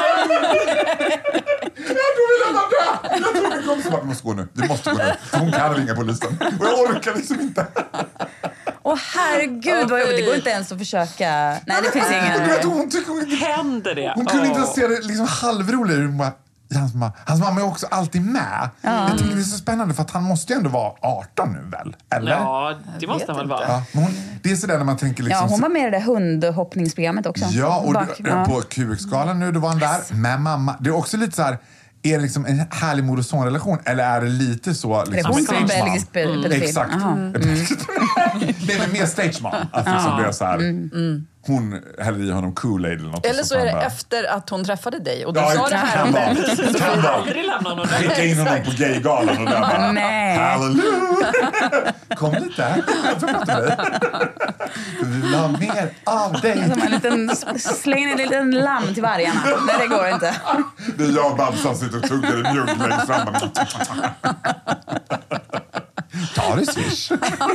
tror min kompis bara, du måste gå nu. Du måste gå nu. Hon kan ringa polisen. Och jag orkar liksom inte. Åh herregud vad jobbigt. Det går inte ens att försöka. Nej, det finns ingen... Händer det? Hon kunde inte se det liksom halvroligt. Hon bara, hans mamma är också alltid med. Jag tycker det är så spännande för att han måste ju ändå vara 18 nu väl? Eller? Ja, det måste han väl vara. Ja, det är sådär när man tänker liksom... Ja, hon var med i det där hundhoppningsprogrammet också. Ja, och på QX-skalan nu, då var han där med mamma. Det är också lite så här... Är det liksom en härlig mor- och son-relation? Eller är det lite så... Liksom, är det hon som är belgisk pedofil? Exakt. Det är mer stageman. Att liksom det är så här... Hon häller i honom Kool-Aid eller något. Eller så är det efter att hon träffade dig. Och du sa det här kan om vara. det. Kan vara. Skicka in honom på gaygalan och där bara... Nej. Halleluja! Kom lite här. Vi vill ha mer av dig. Släng in en liten lamm till vargarna. Nej, det går inte. Det är jag och Babsan sitter och tuggar i mjölk längst fram. Ta det swish.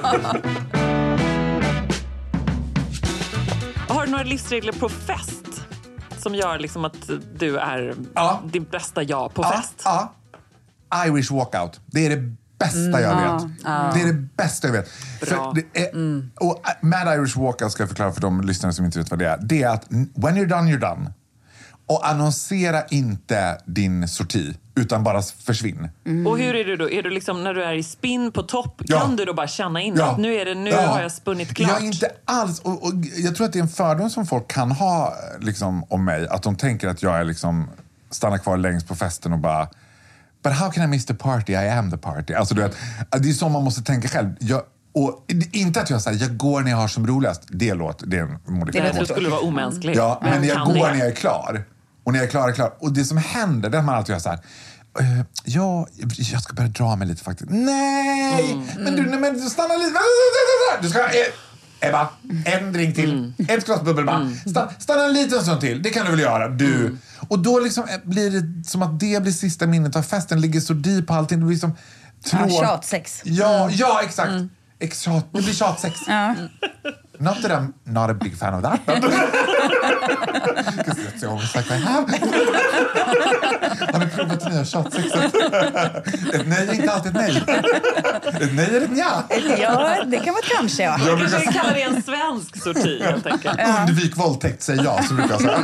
Har du några livsregler på fest som gör liksom att du är din bästa på fest? Ja. Irish walkout. Det är det bästa jag vet. Det är det bästa jag vet. För det är, och med Irish walkout ska jag förklara för de lyssnare som inte vet vad det är. Det är att when you're done, you're done. Och annonsera inte din sorti, utan bara försvinn. Och hur är du då? Är du liksom, när du är i spinn på topp, kan du då bara känna in att nu har jag spunnit klart? Jag inte alls. Och jag tror att det är en fördom som folk kan ha liksom, om mig. Att de tänker att jag är liksom, stannar kvar längst på festen och bara But how can I miss the party? I am the party. Alltså du vet, det är så man måste tänka själv. Och inte att jag säger jag går när jag har som roligast. Det är en modifiering. Det skulle vara omänskligt. Ja, men jag går när jag är klar. Och när jag är klar är klar. Och det som händer, det är att man alltid gör så här. Jag ska börja dra mig lite faktiskt. Nej! Men du stanna lite. Du ska... Ebba, en drink till. Ett glas bubbelba. Stanna en liten stund till. Det kan du väl göra, du. Och då liksom blir det som att det blir sista minnet av festen. Ligger så deep på allting. Det blir som... Tjatsex. Ja, exakt. Det blir tjatsex. Ja. Not that I'm not a big fan of that. Because that's always like I have. Har du provat det nya tjatsexet? Ett nej är inte alltid ett nej. Ett nej är ett nja. Ja, det kan vara kanske, ja. Jag kanske kallar det en svensk sorti, helt enkelt. Undvik våldtäkt, säger jag, så brukar jag säga.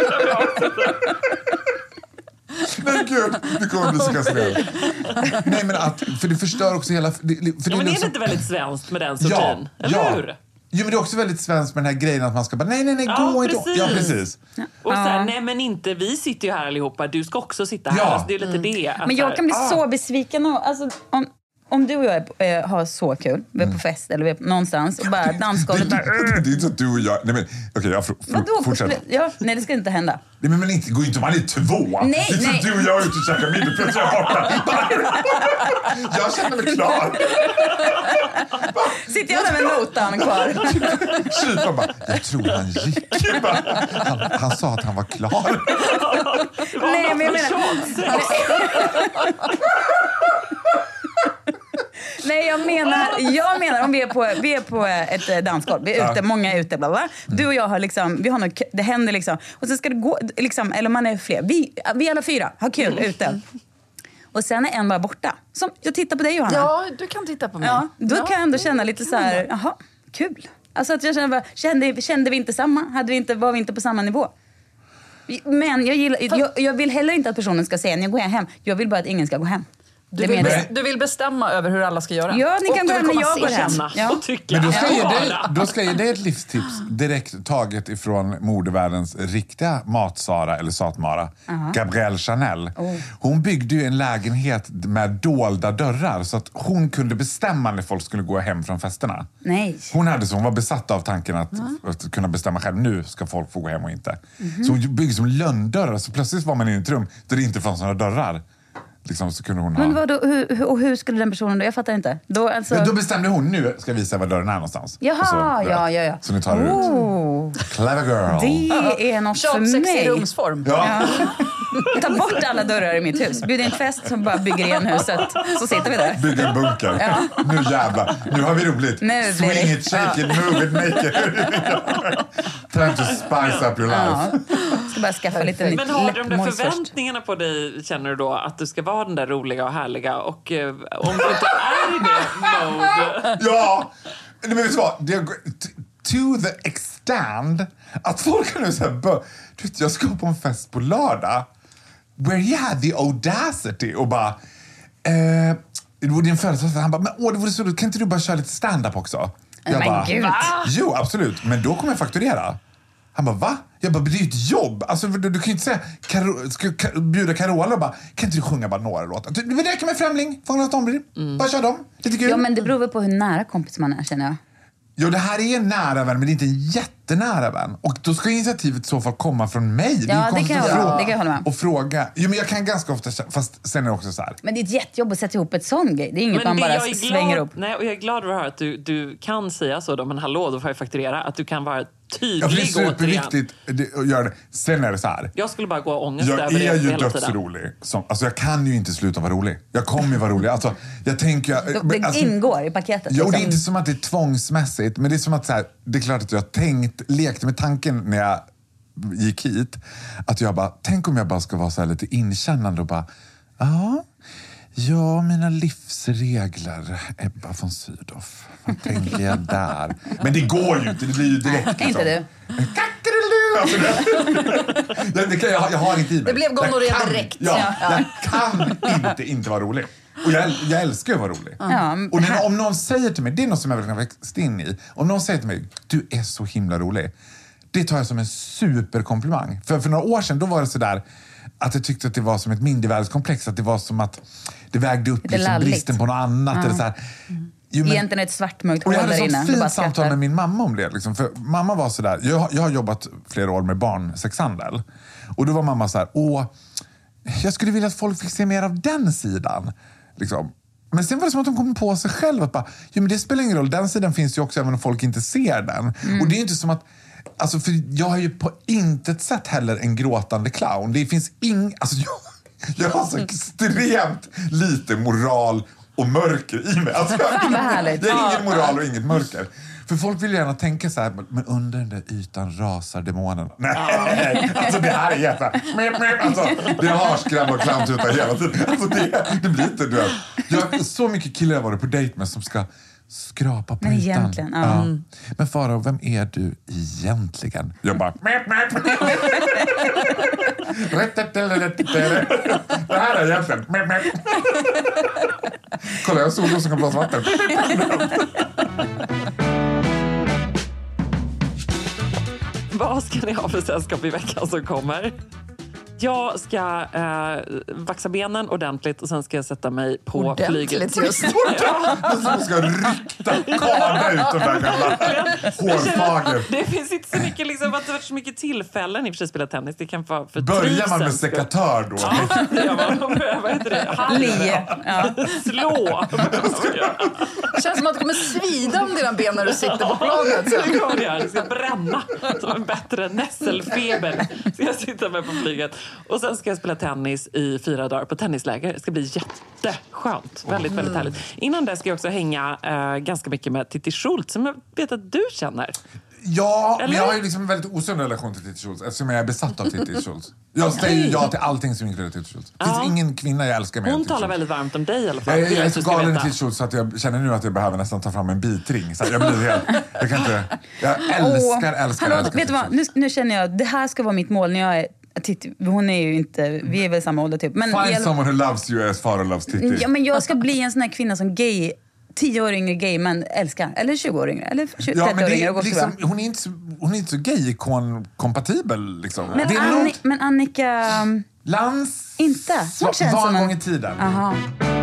Nej gud, det kommer bli så kastrerad. Nej men för det förstör också hela... men det är inte väldigt svenskt med den sortin, eller hur? Jo, men det är också väldigt svenskt med den här grejen att man ska bara, nej, gå inte. Ja, precis. Och så här, nej men inte, vi sitter ju här allihopa, du ska också sitta här. Ja. Alltså, det är lite det. Men jag kan bli så besviken. Alltså, om du och jag har så kul, vi är på fest eller vi är någonstans och bara dansgolvet bara... Det är inte så att du och jag... Nej, men okej, jag fortsätter. Ja, nej, det ska inte hända. Nej, men inte, går inte man är två. Nej, det är inte du och jag är ute och käkar middag, plötsligt jag är borta. Jag känner mig klar. Sitter jag där med notan kvar? Kypan bara, jag tror han gick. Han sa att han var klar. Nej, men jag menar... Nej, jag menar om vi är på ett dansgolv. Vi är ute, många är ute, bla bla. Du och jag har liksom, vi har något, det händer liksom. Och så ska det gå, liksom, eller man är fler. Vi alla fyra har kul ute. Och sen är en bara borta. Som, jag tittar på dig, Johanna. Ja, du kan titta på mig. Ja, då kan jag ändå känna lite så här, jaha, kul. Alltså att jag kände vi inte samma? Var vi inte på samma nivå? Men jag vill heller inte att personen ska säga när jag går hem. Jag vill bara att ingen ska gå hem. Du vill bestämma över hur alla ska göra. Ja, ni kan gå hem när jag går hem. Och tycka. Men då ska jag ge dig ett livstips direkt taget ifrån modevärldens riktiga matsara eller satmara. Gabrielle Chanel. Hon byggde ju en lägenhet med dolda dörrar så att hon kunde bestämma när folk skulle gå hem från festerna. Nej. Hon var besatt av tanken att kunna bestämma själv. Nu ska folk få gå hem och inte. Så hon byggde som lönndörrar. Så plötsligt var man i ett rum där det inte fanns några dörrar. Liksom, så kunde hon men hur skulle den personen då? Jag fattar inte. Då bestämde hon, nu ska visa var dörren är någonstans. Jaha, ja. Så ni tar det ut. Clever girl. Det är något för mig. I rumsform. Ja. Ta bort alla dörrar i mitt hus. Bjud in fest som bara bygger igen huset. Så sitter vi där. Bygger en bunker. Ja. Nu jävlar. Nu har vi roligt. Swing it, shake it, move it, make it. Time to spice up your life. Ska bara skaffa lite nytt. Men har de där förväntningarna på dig, känner du då, att du ska vara den där roliga och härliga, och om du inte är i det mode... Ja, men vet du vad? To the extent att folk kan nu säga, jag ska på en fest på lördag where you had the audacity och bara det var din födelsedag, han bara, men det vore så, kan inte du bara köra lite stand-up också? Jag bara, jo absolut, men då kommer jag fakturera. Han bara, va? Jag bara, det är ju ett jobb. Alltså, du kan ju inte säga, bjuda Carola och bara, kan inte du sjunga bara några låtar? Det vill räcka med Främling, Fångarna av Tomby. Bara kör dem, lite kul. Ja, men det beror väl på hur nära kompis man är, känner jag. Jo, det här är en nära vän, men det är inte en jättenära vän. Och då ska initiativet i så fall komma från mig. Ja, det kan jag hålla med. Och fråga. Jo, men jag kan ganska ofta, fast sen är det också så här. Men det är ett jättejobb att sätta ihop ett sån grej. Det är inget man bara svänger upp. Nej, och jag är glad över att du kan säga så då, men hallå, då får jag fakturera. Att du kan vara tydlig. Ja, det är superviktigt att göra det. Sen är det så här. Jag skulle bara gå och ångest över det hela tiden. Jag är ju dödsrolig. Alltså jag kan ju inte sluta vara rolig. Jag kommer ju vara rolig. Alltså, jag tänker... Det ingår i paketet. Jo, liksom. Det är inte som att det är tvångsmässigt. Men det är som att så här, det är klart att jag lekte med tanken när jag gick hit. Att jag bara, tänk om jag bara ska vara så här lite inkännande och bara, ja, mina livsregler. Ebba von Sydow. Vad tänker jag där? Men det går ju inte, det blir ju direkt. Liksom. Inte du. Alltså, jag har inte i mig. Det blev gonorré direkt. Jag kan inte vara rolig. Och jag älskar att vara rolig. Och om någon säger till mig, det är något som jag verkligen växt in i. Om någon säger till mig, du är så himla rolig. Det tar jag som en superkomplimang. För några år sedan, då var det sådär att jag tyckte att det var som ett mindervärdeskomplex. Att det var som att det vägde upp liksom bristen på något annat. Eller så här. Jo, men, egentligen ett svartmörkt hål där inne. Jag hade så fint samtal med min mamma om det. Liksom. För mamma var sådär, jag har jobbat flera år med barnsexhandel. Och då var mamma så här, jag skulle vilja att folk fick se mer av den sidan. Liksom. Men sen var det som att de kom på sig själv att bara, men det spelar ingen roll, den sidan finns ju också även om folk inte ser den. Och det är inte som att, alltså för jag har ju på intet sätt heller en gråtande clown. Det finns alltså jag har så extremt lite moral och mörker i mig. Alltså, jag har ingen moral och inget mörker. För folk vill gärna tänka så här, men under den där ytan rasar demonen. Nej, alltså det här är jätte... Alltså, det har skräm och clowntutar hela tiden. Alltså det blir inte, du vet. Jag har så mycket killar jag varit på dejt med som ska skrapa på ytan. Ja. Men Farao, vem är du egentligen? Jag bara... Det här är egentligen... Kolla, jag har solros som kan blåsa vatten. Vad ska ni ha för sällskap i veckan som kommer? Jag ska vaxa benen ordentligt och sen ska jag sätta mig på flyget. Just. Man ska rykta karda ut de där gamla hårfager. Det finns inte så mycket, liksom, att det har varit så mycket tillfällen i och för sig spela tennis. Det kan vara för börjar man med sekatör då? Ja, det gör man. Vad heter det? Lie. Ja. Slå. Det känns som att det kommer svida om dina ben när du sitter på planet. Det kommer det göra. Det ska bränna som en bättre nässelfeber. Ska jag sitta med på flyget. Och sen ska jag spela tennis i 4 dagar på tennisläger. Det ska bli jätteskönt. Väldigt, väldigt härligt. Innan det ska jag också hänga ganska mycket med Titti Schultz som jag vet att du känner. Ja, men jag har ju liksom en väldigt osund relation till Titti Schultz eftersom jag är besatt av Titti Schultz. Jag säger ja till allting som inkluderar Titti Schultz. Det finns ingen kvinna jag älskar mer. Hon talar väldigt varmt om dig i alla fall. Jag är så galen i Titti Schultz så att jag känner nu att jag behöver nästan ta fram en bitring. Så jag blir helt... Jag kan inte... Jag älskar. Vet du vad? Nu känner jag det här ska vara mitt mål när jag är... Titti, hon är ju inte... Vi är väl samma ålder typ. Men find someone who loves you as Farao loves Titti. Ja, men jag ska bli en sån här kvinna som gay... 10 år yngre gay men älskar. Eller 20 år yngre. Eller 30 år yngre. Liksom, hon är inte så gay-ikon-kompatibel. Liksom. Men Annika... Lantz... Inte? Hon känns var en gång i tiden. Aha.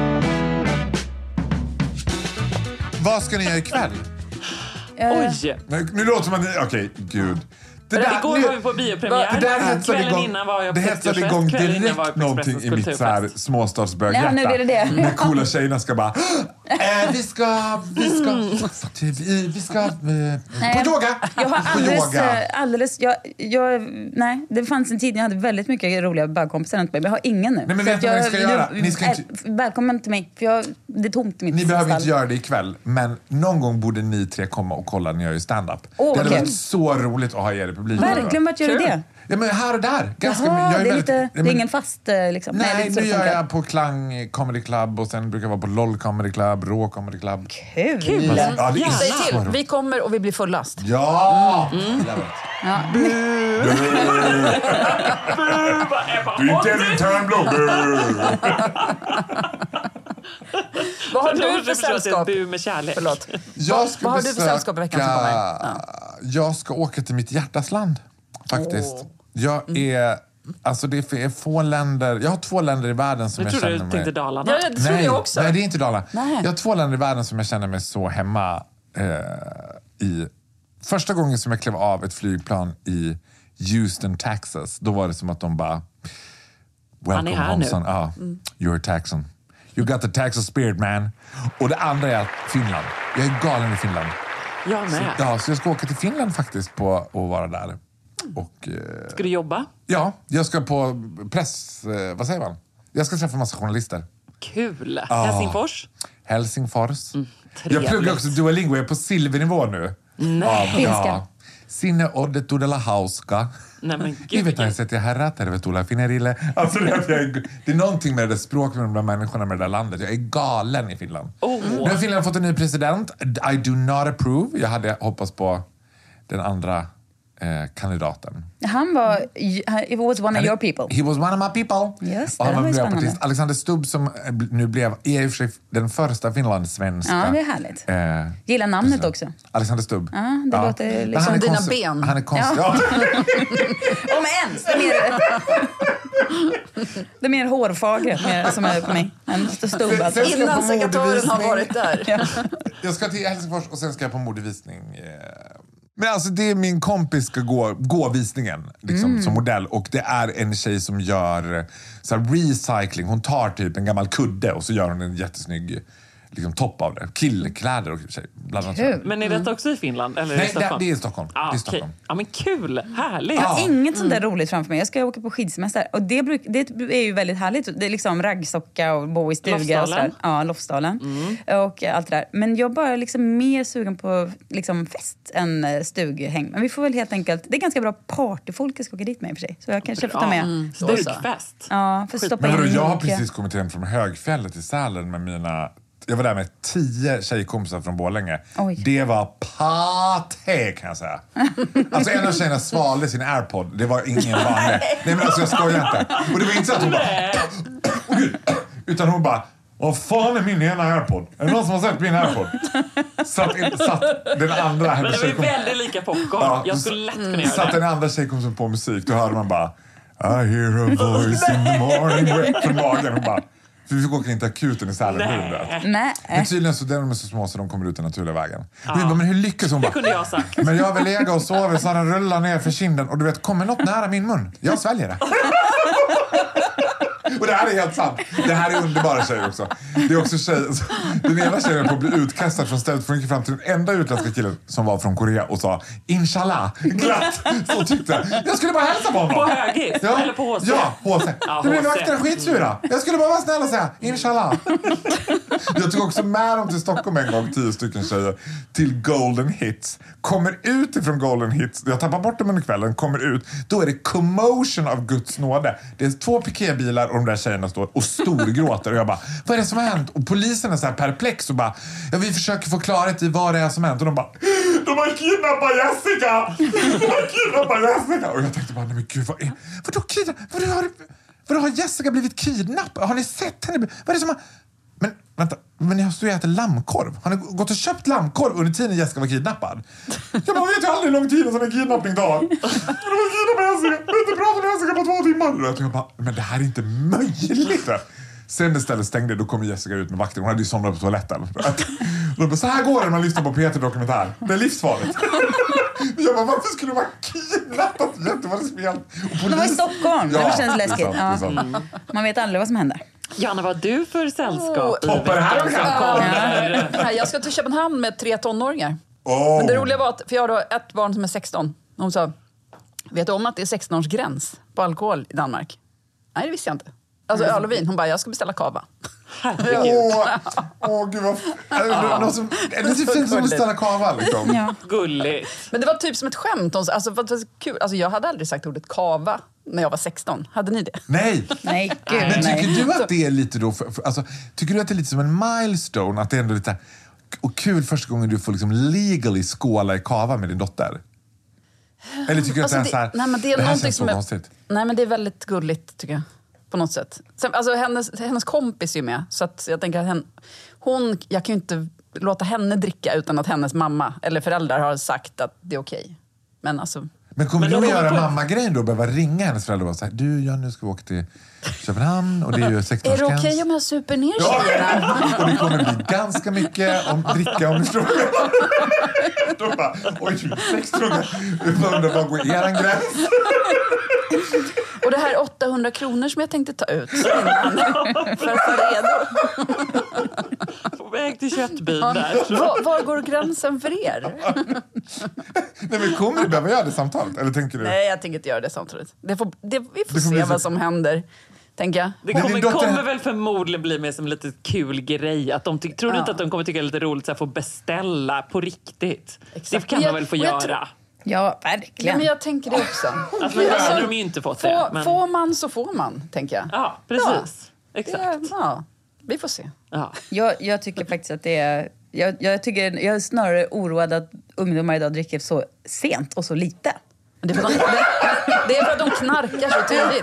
Vad ska ni göra ikväll? Oj! Nu låter som att ni... Okej, gud. Igår var vi på biopremiär. Kvällen innan var jag på 60-årsfest. Det hetsade igång direkt någonting i mitt så här småstadsböghjärta. Nu är det. När coola tjejerna ska bara... vi ska på yoga. Jag har nej, det fanns en tid jag hade väldigt mycket roliga bögkompisar runt mig. Men jag har ingen nu. Nej, men vet du vad ni ska göra? Ni ska inte... Välkommen till mig. För det är tomt i mitt Ni behöver inte göra det ikväll. Men någon gång borde ni 3 komma och kolla när jag gör stand-up. Det hade varit så roligt att ha er i publiken. Verkligen, vart gör du det? Ja, men här och där. Ganska, Jaha, jag är det är ingen fast liksom. Nej, nu gör jag på Klang Comedy Club och sen brukar jag vara på LOL Comedy Club, Rå Comedy Club. Kul! Ja, det är Säg till, vi kommer och vi blir fullast. Ja! Ja. Du är inte en intern blogg. Vad har du för sällskap? Bu med kärlek. Förlåt. Vad har du för sällskap i veckan som kommer? Ja. Jag ska åka till mitt hjärtasland. Faktiskt. Jag är... Alltså det är få länder... Jag har 2 länder i världen som jag känner mig... Jag trodde du tänkte Dalarna. Ja, det trodde jag också. Nej, det är inte Dalarna. Nej. Jag har 2 länder i världen som jag känner mig så hemma i. Första gången som jag klev av ett flygplan i Houston, Texas, då var det som att de bara... Welcome home, son. You're Texan. You got the Texas spirit, man. Och det andra är Finland. Jag är galen i Finland. Jag med. Så jag ska åka till Finland faktiskt på att vara där. Och, ska du jobba? Ja, jag ska på press... vad säger man? Jag ska träffa massa journalister. Kul. Helsingfors. Jag pluggar också Duolingo. Jag är på silvernivå nu. Finska. Sinne odde todella hauska. Nej, men gud. Vet jag sett jag herra tervetuloa finerille. Alltså det är någonting med det där språket med de där människorna med det där landet. Jag är galen i Finland. Nu har Finland fått en ny president. I do not approve. Jag hade hoppats på den andra kandidaten. Han var... He was one of your people. He was one of my people. Yes, och han var miljöpartist. Alexander Stubb som nu blev i och för sig den första finlandssvenska. Ja, det är härligt. Gillar namnet också. Alexander Stubb. Ja, det låter liksom dina ben. Han är konstig. Ja. Om ens! Det är mer hårfagret mer som är på mig. Stubb, alltså. Innan sekatören har varit där. Ja. Jag ska till Helsingfors och sen ska jag på modevisning. Men alltså det är min kompis ska gå visningen liksom, som modell. Och det är en tjej som gör så här, recycling. Hon tar typ en gammal kudde och så gör hon en jättesnygg liksom, topp av det. Killkläder och tjej, bland annat. Men är detta också i Finland? Eller Nej, i Stockholm? det är i Stockholm. Ah, det är Stockholm. Ja, men kul. Härligt. Jag har inget sånt där roligt framför mig. Jag ska åka på skidsemester. Och det är ju väldigt härligt. Det är liksom raggsocka och bo i stuga. Och sådär. Ja, Lofsdalen. Och allt det där. Men jag är bara liksom mer sugen på liksom fest än stughäng. Men vi får väl helt enkelt... Det är ganska bra partyfolk jag ska åka dit med i och för sig. Så jag kanske får ta med. Stugfest. Ja, för stoppa Men in jag har precis kommit hem från Högfjället i Sälen med mina... Jag var där med 10 tjejkompisar från Borlänge. Oj. Det var paté kan jag säga. Alltså en av tjejerna svalde sin AirPod. Det var ingen vanlig. Nej men alltså jag skojar inte. Och det var inte så att hon bara... Utan hon bara... Vad fan är min ena AirPod? Är det någon som har sett min AirPod? Satt den andra... Men det var väldigt lika popcorn. Ja, jag skulle lätt kunna göra satt den andra tjejkompisen på musik. Då hörde man bara... I hear a voice in the morning. Från magen. Hon bara... För vi fick åka in till akuten i Sälen. Nej. Men tydligen så de är så små så de kommer ut den naturliga vägen. Ja. Bara, men hur lyckas hon? Det kunde jag sagt. Men jag vill lägga och sova så den rullar ner för kinden. Och du vet, kommer något nära min mun. Jag sväljer det. Och det här är helt sant. Det här är underbara tjejer också. Det är också tjejer. Den ena tjejen är på att bli utkastad från stället för att gick fram till den enda utländska killen som var från Korea och sa Inshallah, glatt. Så tyckte jag. Jag skulle bara hälsa på honom. På högis? Ja. Eller på HC? Ja, HC. Ja, det blev HC. vakterna skitsura. Jag skulle bara vara snäll och säga Inshallah. Jag tog också med dem till Stockholm en gång, 10 stycken tjejer, till Golden Hits. Kommer ut ifrån Golden Hits. Jag tappar bort dem under kvällen, kommer ut. Då är det commotion av Guds nåde. Det är 2 piketbilar och de där tjejerna står och storgråter. Och jag bara, vad är det som har hänt? Och polisen är så här perplex och bara, ja, vi försöker få klarhet i vad det är som har hänt. Och de bara, de har kidnappat Jessica! De har kidnappat Jessica! Och jag tänkte bara, nej men gud, vadå kidnappat? Vadå har Jessica blivit kidnappad? Har ni sett henne? Vad är det som har... Men vänta, men ni har stått och ätit lammkorv. Har ni gått och köpt lammkorv under tiden Jessica var kidnappad? Jag bara, vet ju aldrig hur lång tid en sån här kidnappning tar. Det var kidnappad Jessica. Jag vet inte bra om Jessica på 2 timmar. Och jag bara, men det här är inte möjligt. Sen det stället stängde, då kom Jessica ut med vakten. Hon hade ju somnat på toaletten. Och då bara, så här går det när man lyssnar på Peter-dokumentär. Det är livsfarligt. Jag bara, varför skulle man kidnappat? Det var liksom helt... Det var i Stockholm, ja, det känns läskigt. Det är sant. Man vet aldrig vad som händer. Janna, vad du för sällskap? Toppar det här? Ja. Jag ska till Köpenhamn med 3 tonåringar. Men det roliga var att, för jag har då ett barn som är 16. Hon sa, vet du om att det är 16-årsgräns på alkohol i Danmark? Nej, det visste jag inte. Alltså öl och vin. Hon bara, jag ska beställa kava. Åh, gud vad... Är det så fint som att ställa kava liksom? Ja. Gulligt. Men det var typ som ett skämt. Alltså, vad kul. Alltså, jag hade aldrig sagt ordet kava när jag var 16. Hade ni det? Nej. Nej, gud. Men tycker nej. du att det är lite då... Alltså, tycker du att det är lite som en milestone? Att det är ändå lite... Och kul första gången du får liksom legally skåla i kava med din dotter? Eller tycker du att det är så här... Nej, men det är här någonting känns så konstigt. Nej, men det är väldigt gulligt tycker jag. På något sätt. Sen, alltså, hennes kompis är med. Så att jag tänker att jag kan ju inte låta henne dricka utan att hennes mamma eller föräldrar har sagt att det är okej. Men alltså... Men kommer du att göra mamma-grejen då? Behöva ringa hennes föräldrar och säga, du, ja, nu ska vi åka till Köpenhamn och det är ju 16-årsgräns. Är det okej om jag super ner tjejerna? Och det kommer bli ganska mycket om dricka om du frågar. Då bara, oj, 16 år. Jag undrar, vad går eran gräns? Och det här 800 kronor som jag tänkte ta ut innan för att vara redo. På väg till köttbyn där. Var går gränsen för er? Nej, men kommer du behöva göra det samtalet? Eller tänker du? Nej, jag tänker inte göra det samtalet. Vi får se vad som händer. Tänker jag. Det kommer väl förmodligen bli med som en lite kul grej. Att de tror du inte att de kommer tycka det är lite roligt att få beställa på riktigt? Exakt. Det kan man väl få göra. Ja, verkligen. Ja, men jag tänker det också. Alltså, de har ju inte fått det. Men... Får man så får man, tänker jag. Ja, precis. Ja. Exakt. Ja, vi får se. Ja. Jag tycker faktiskt att det är... Jag är snarare oroad att ungdomar idag dricker så sent och så lite. Det är för att de knarkar så tydligt.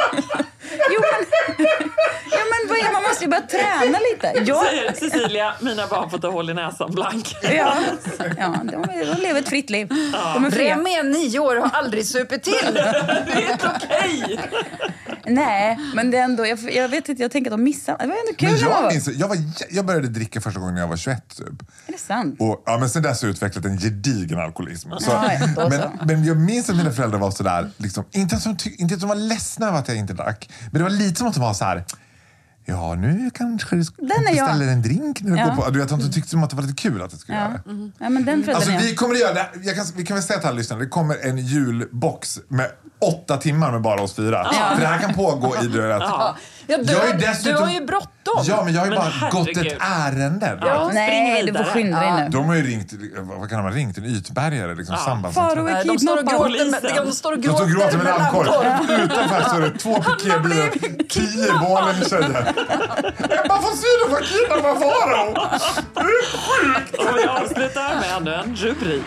Men man måste ju bara träna lite. Säger Cecilia, mina barn får ta hål i näsan blank. Ja, de lever ett fritt liv. De är fria. Remi, 9 år, har aldrig supit till. Det är inte okej. Nej, men det är ändå, jag vet inte, jag tänker att de missar. Det var ändå kul. Jag började dricka första gången när jag var 21 typ. Är det sant? Men sen dess har jag utvecklat en gedigen alkoholism. Ja, men jag minns att mina föräldrar var sådär, liksom, inte att de var ledsna över att jag inte drack. Men det var lite som att de var så här. Ja, nu kanske du beställer en drink när du går på. Du vet, de tyckte som att det var lite kul att det skulle göra det. Ja, men den vi kommer att göra det. Vi kan väl säga till alla lyssnare, det kommer en julbox med 8 timmar med bara oss 4. För det här kan pågå i det. Du har ju bråttom. Ja, men jag har ju bara gått ett ärende. Nej, du får skynda dig nu. De har ju ringt, vad kan de ha ringt? En ytbärgare, liksom sambandscentral. De står och gråter med landkorv. Utanför så är det 2 piketbilar, 10 Borlänge tjejer. Ebba får syna för kidnappa Farao. Det är sjukt. Och vi avslutar med ännu en rubrik.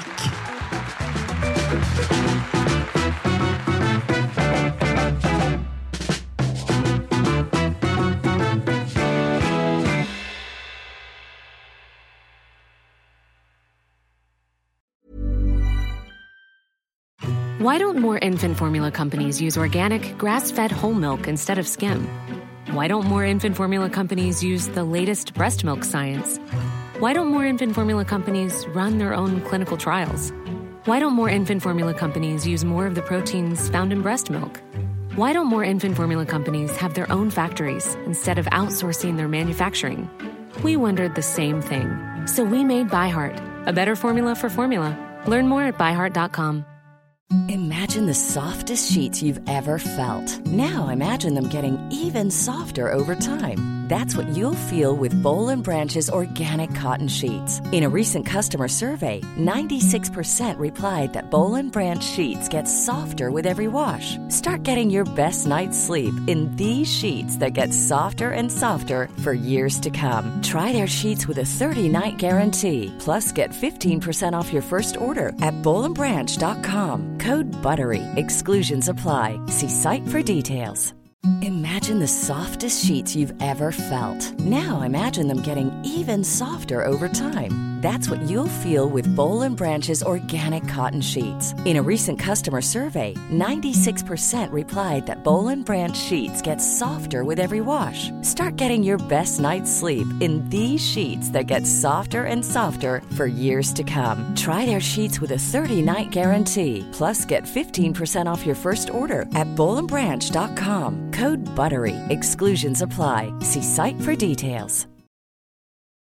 Why don't more infant formula companies use organic, grass-fed whole milk instead of skim? Why don't more infant formula companies use the latest breast milk science? Why don't more infant formula companies run their own clinical trials? Why don't more infant formula companies use more of the proteins found in breast milk? Why don't more infant formula companies have their own factories instead of outsourcing their manufacturing? We wondered the same thing. So we made ByHeart, a better formula for formula. Learn more at byheart.com. Imagine the softest sheets you've ever felt. Now imagine them getting even softer over time. That's what you'll feel with Boll & Branch's organic cotton sheets. In a recent customer survey, 96% replied that Boll & Branch sheets get softer with every wash. Start getting your best night's sleep in these sheets that get softer and softer for years to come. Try their sheets with a 30-night guarantee. Plus, get 15% off your first order at bollandbranch.com. Code BUTTERY. Exclusions apply. See site for details. Imagine the softest sheets you've ever felt. Now imagine them getting even softer over time. That's what you'll feel with Boll & Branch's organic cotton sheets. In a recent customer survey, 96% replied that Boll & Branch sheets get softer with every wash. Start getting your best night's sleep in these sheets that get softer and softer for years to come. Try their sheets with a 30-night guarantee. Plus, get 15% off your first order at bollandbranch.com. Code BUTTERY. Exclusions apply. See site for details.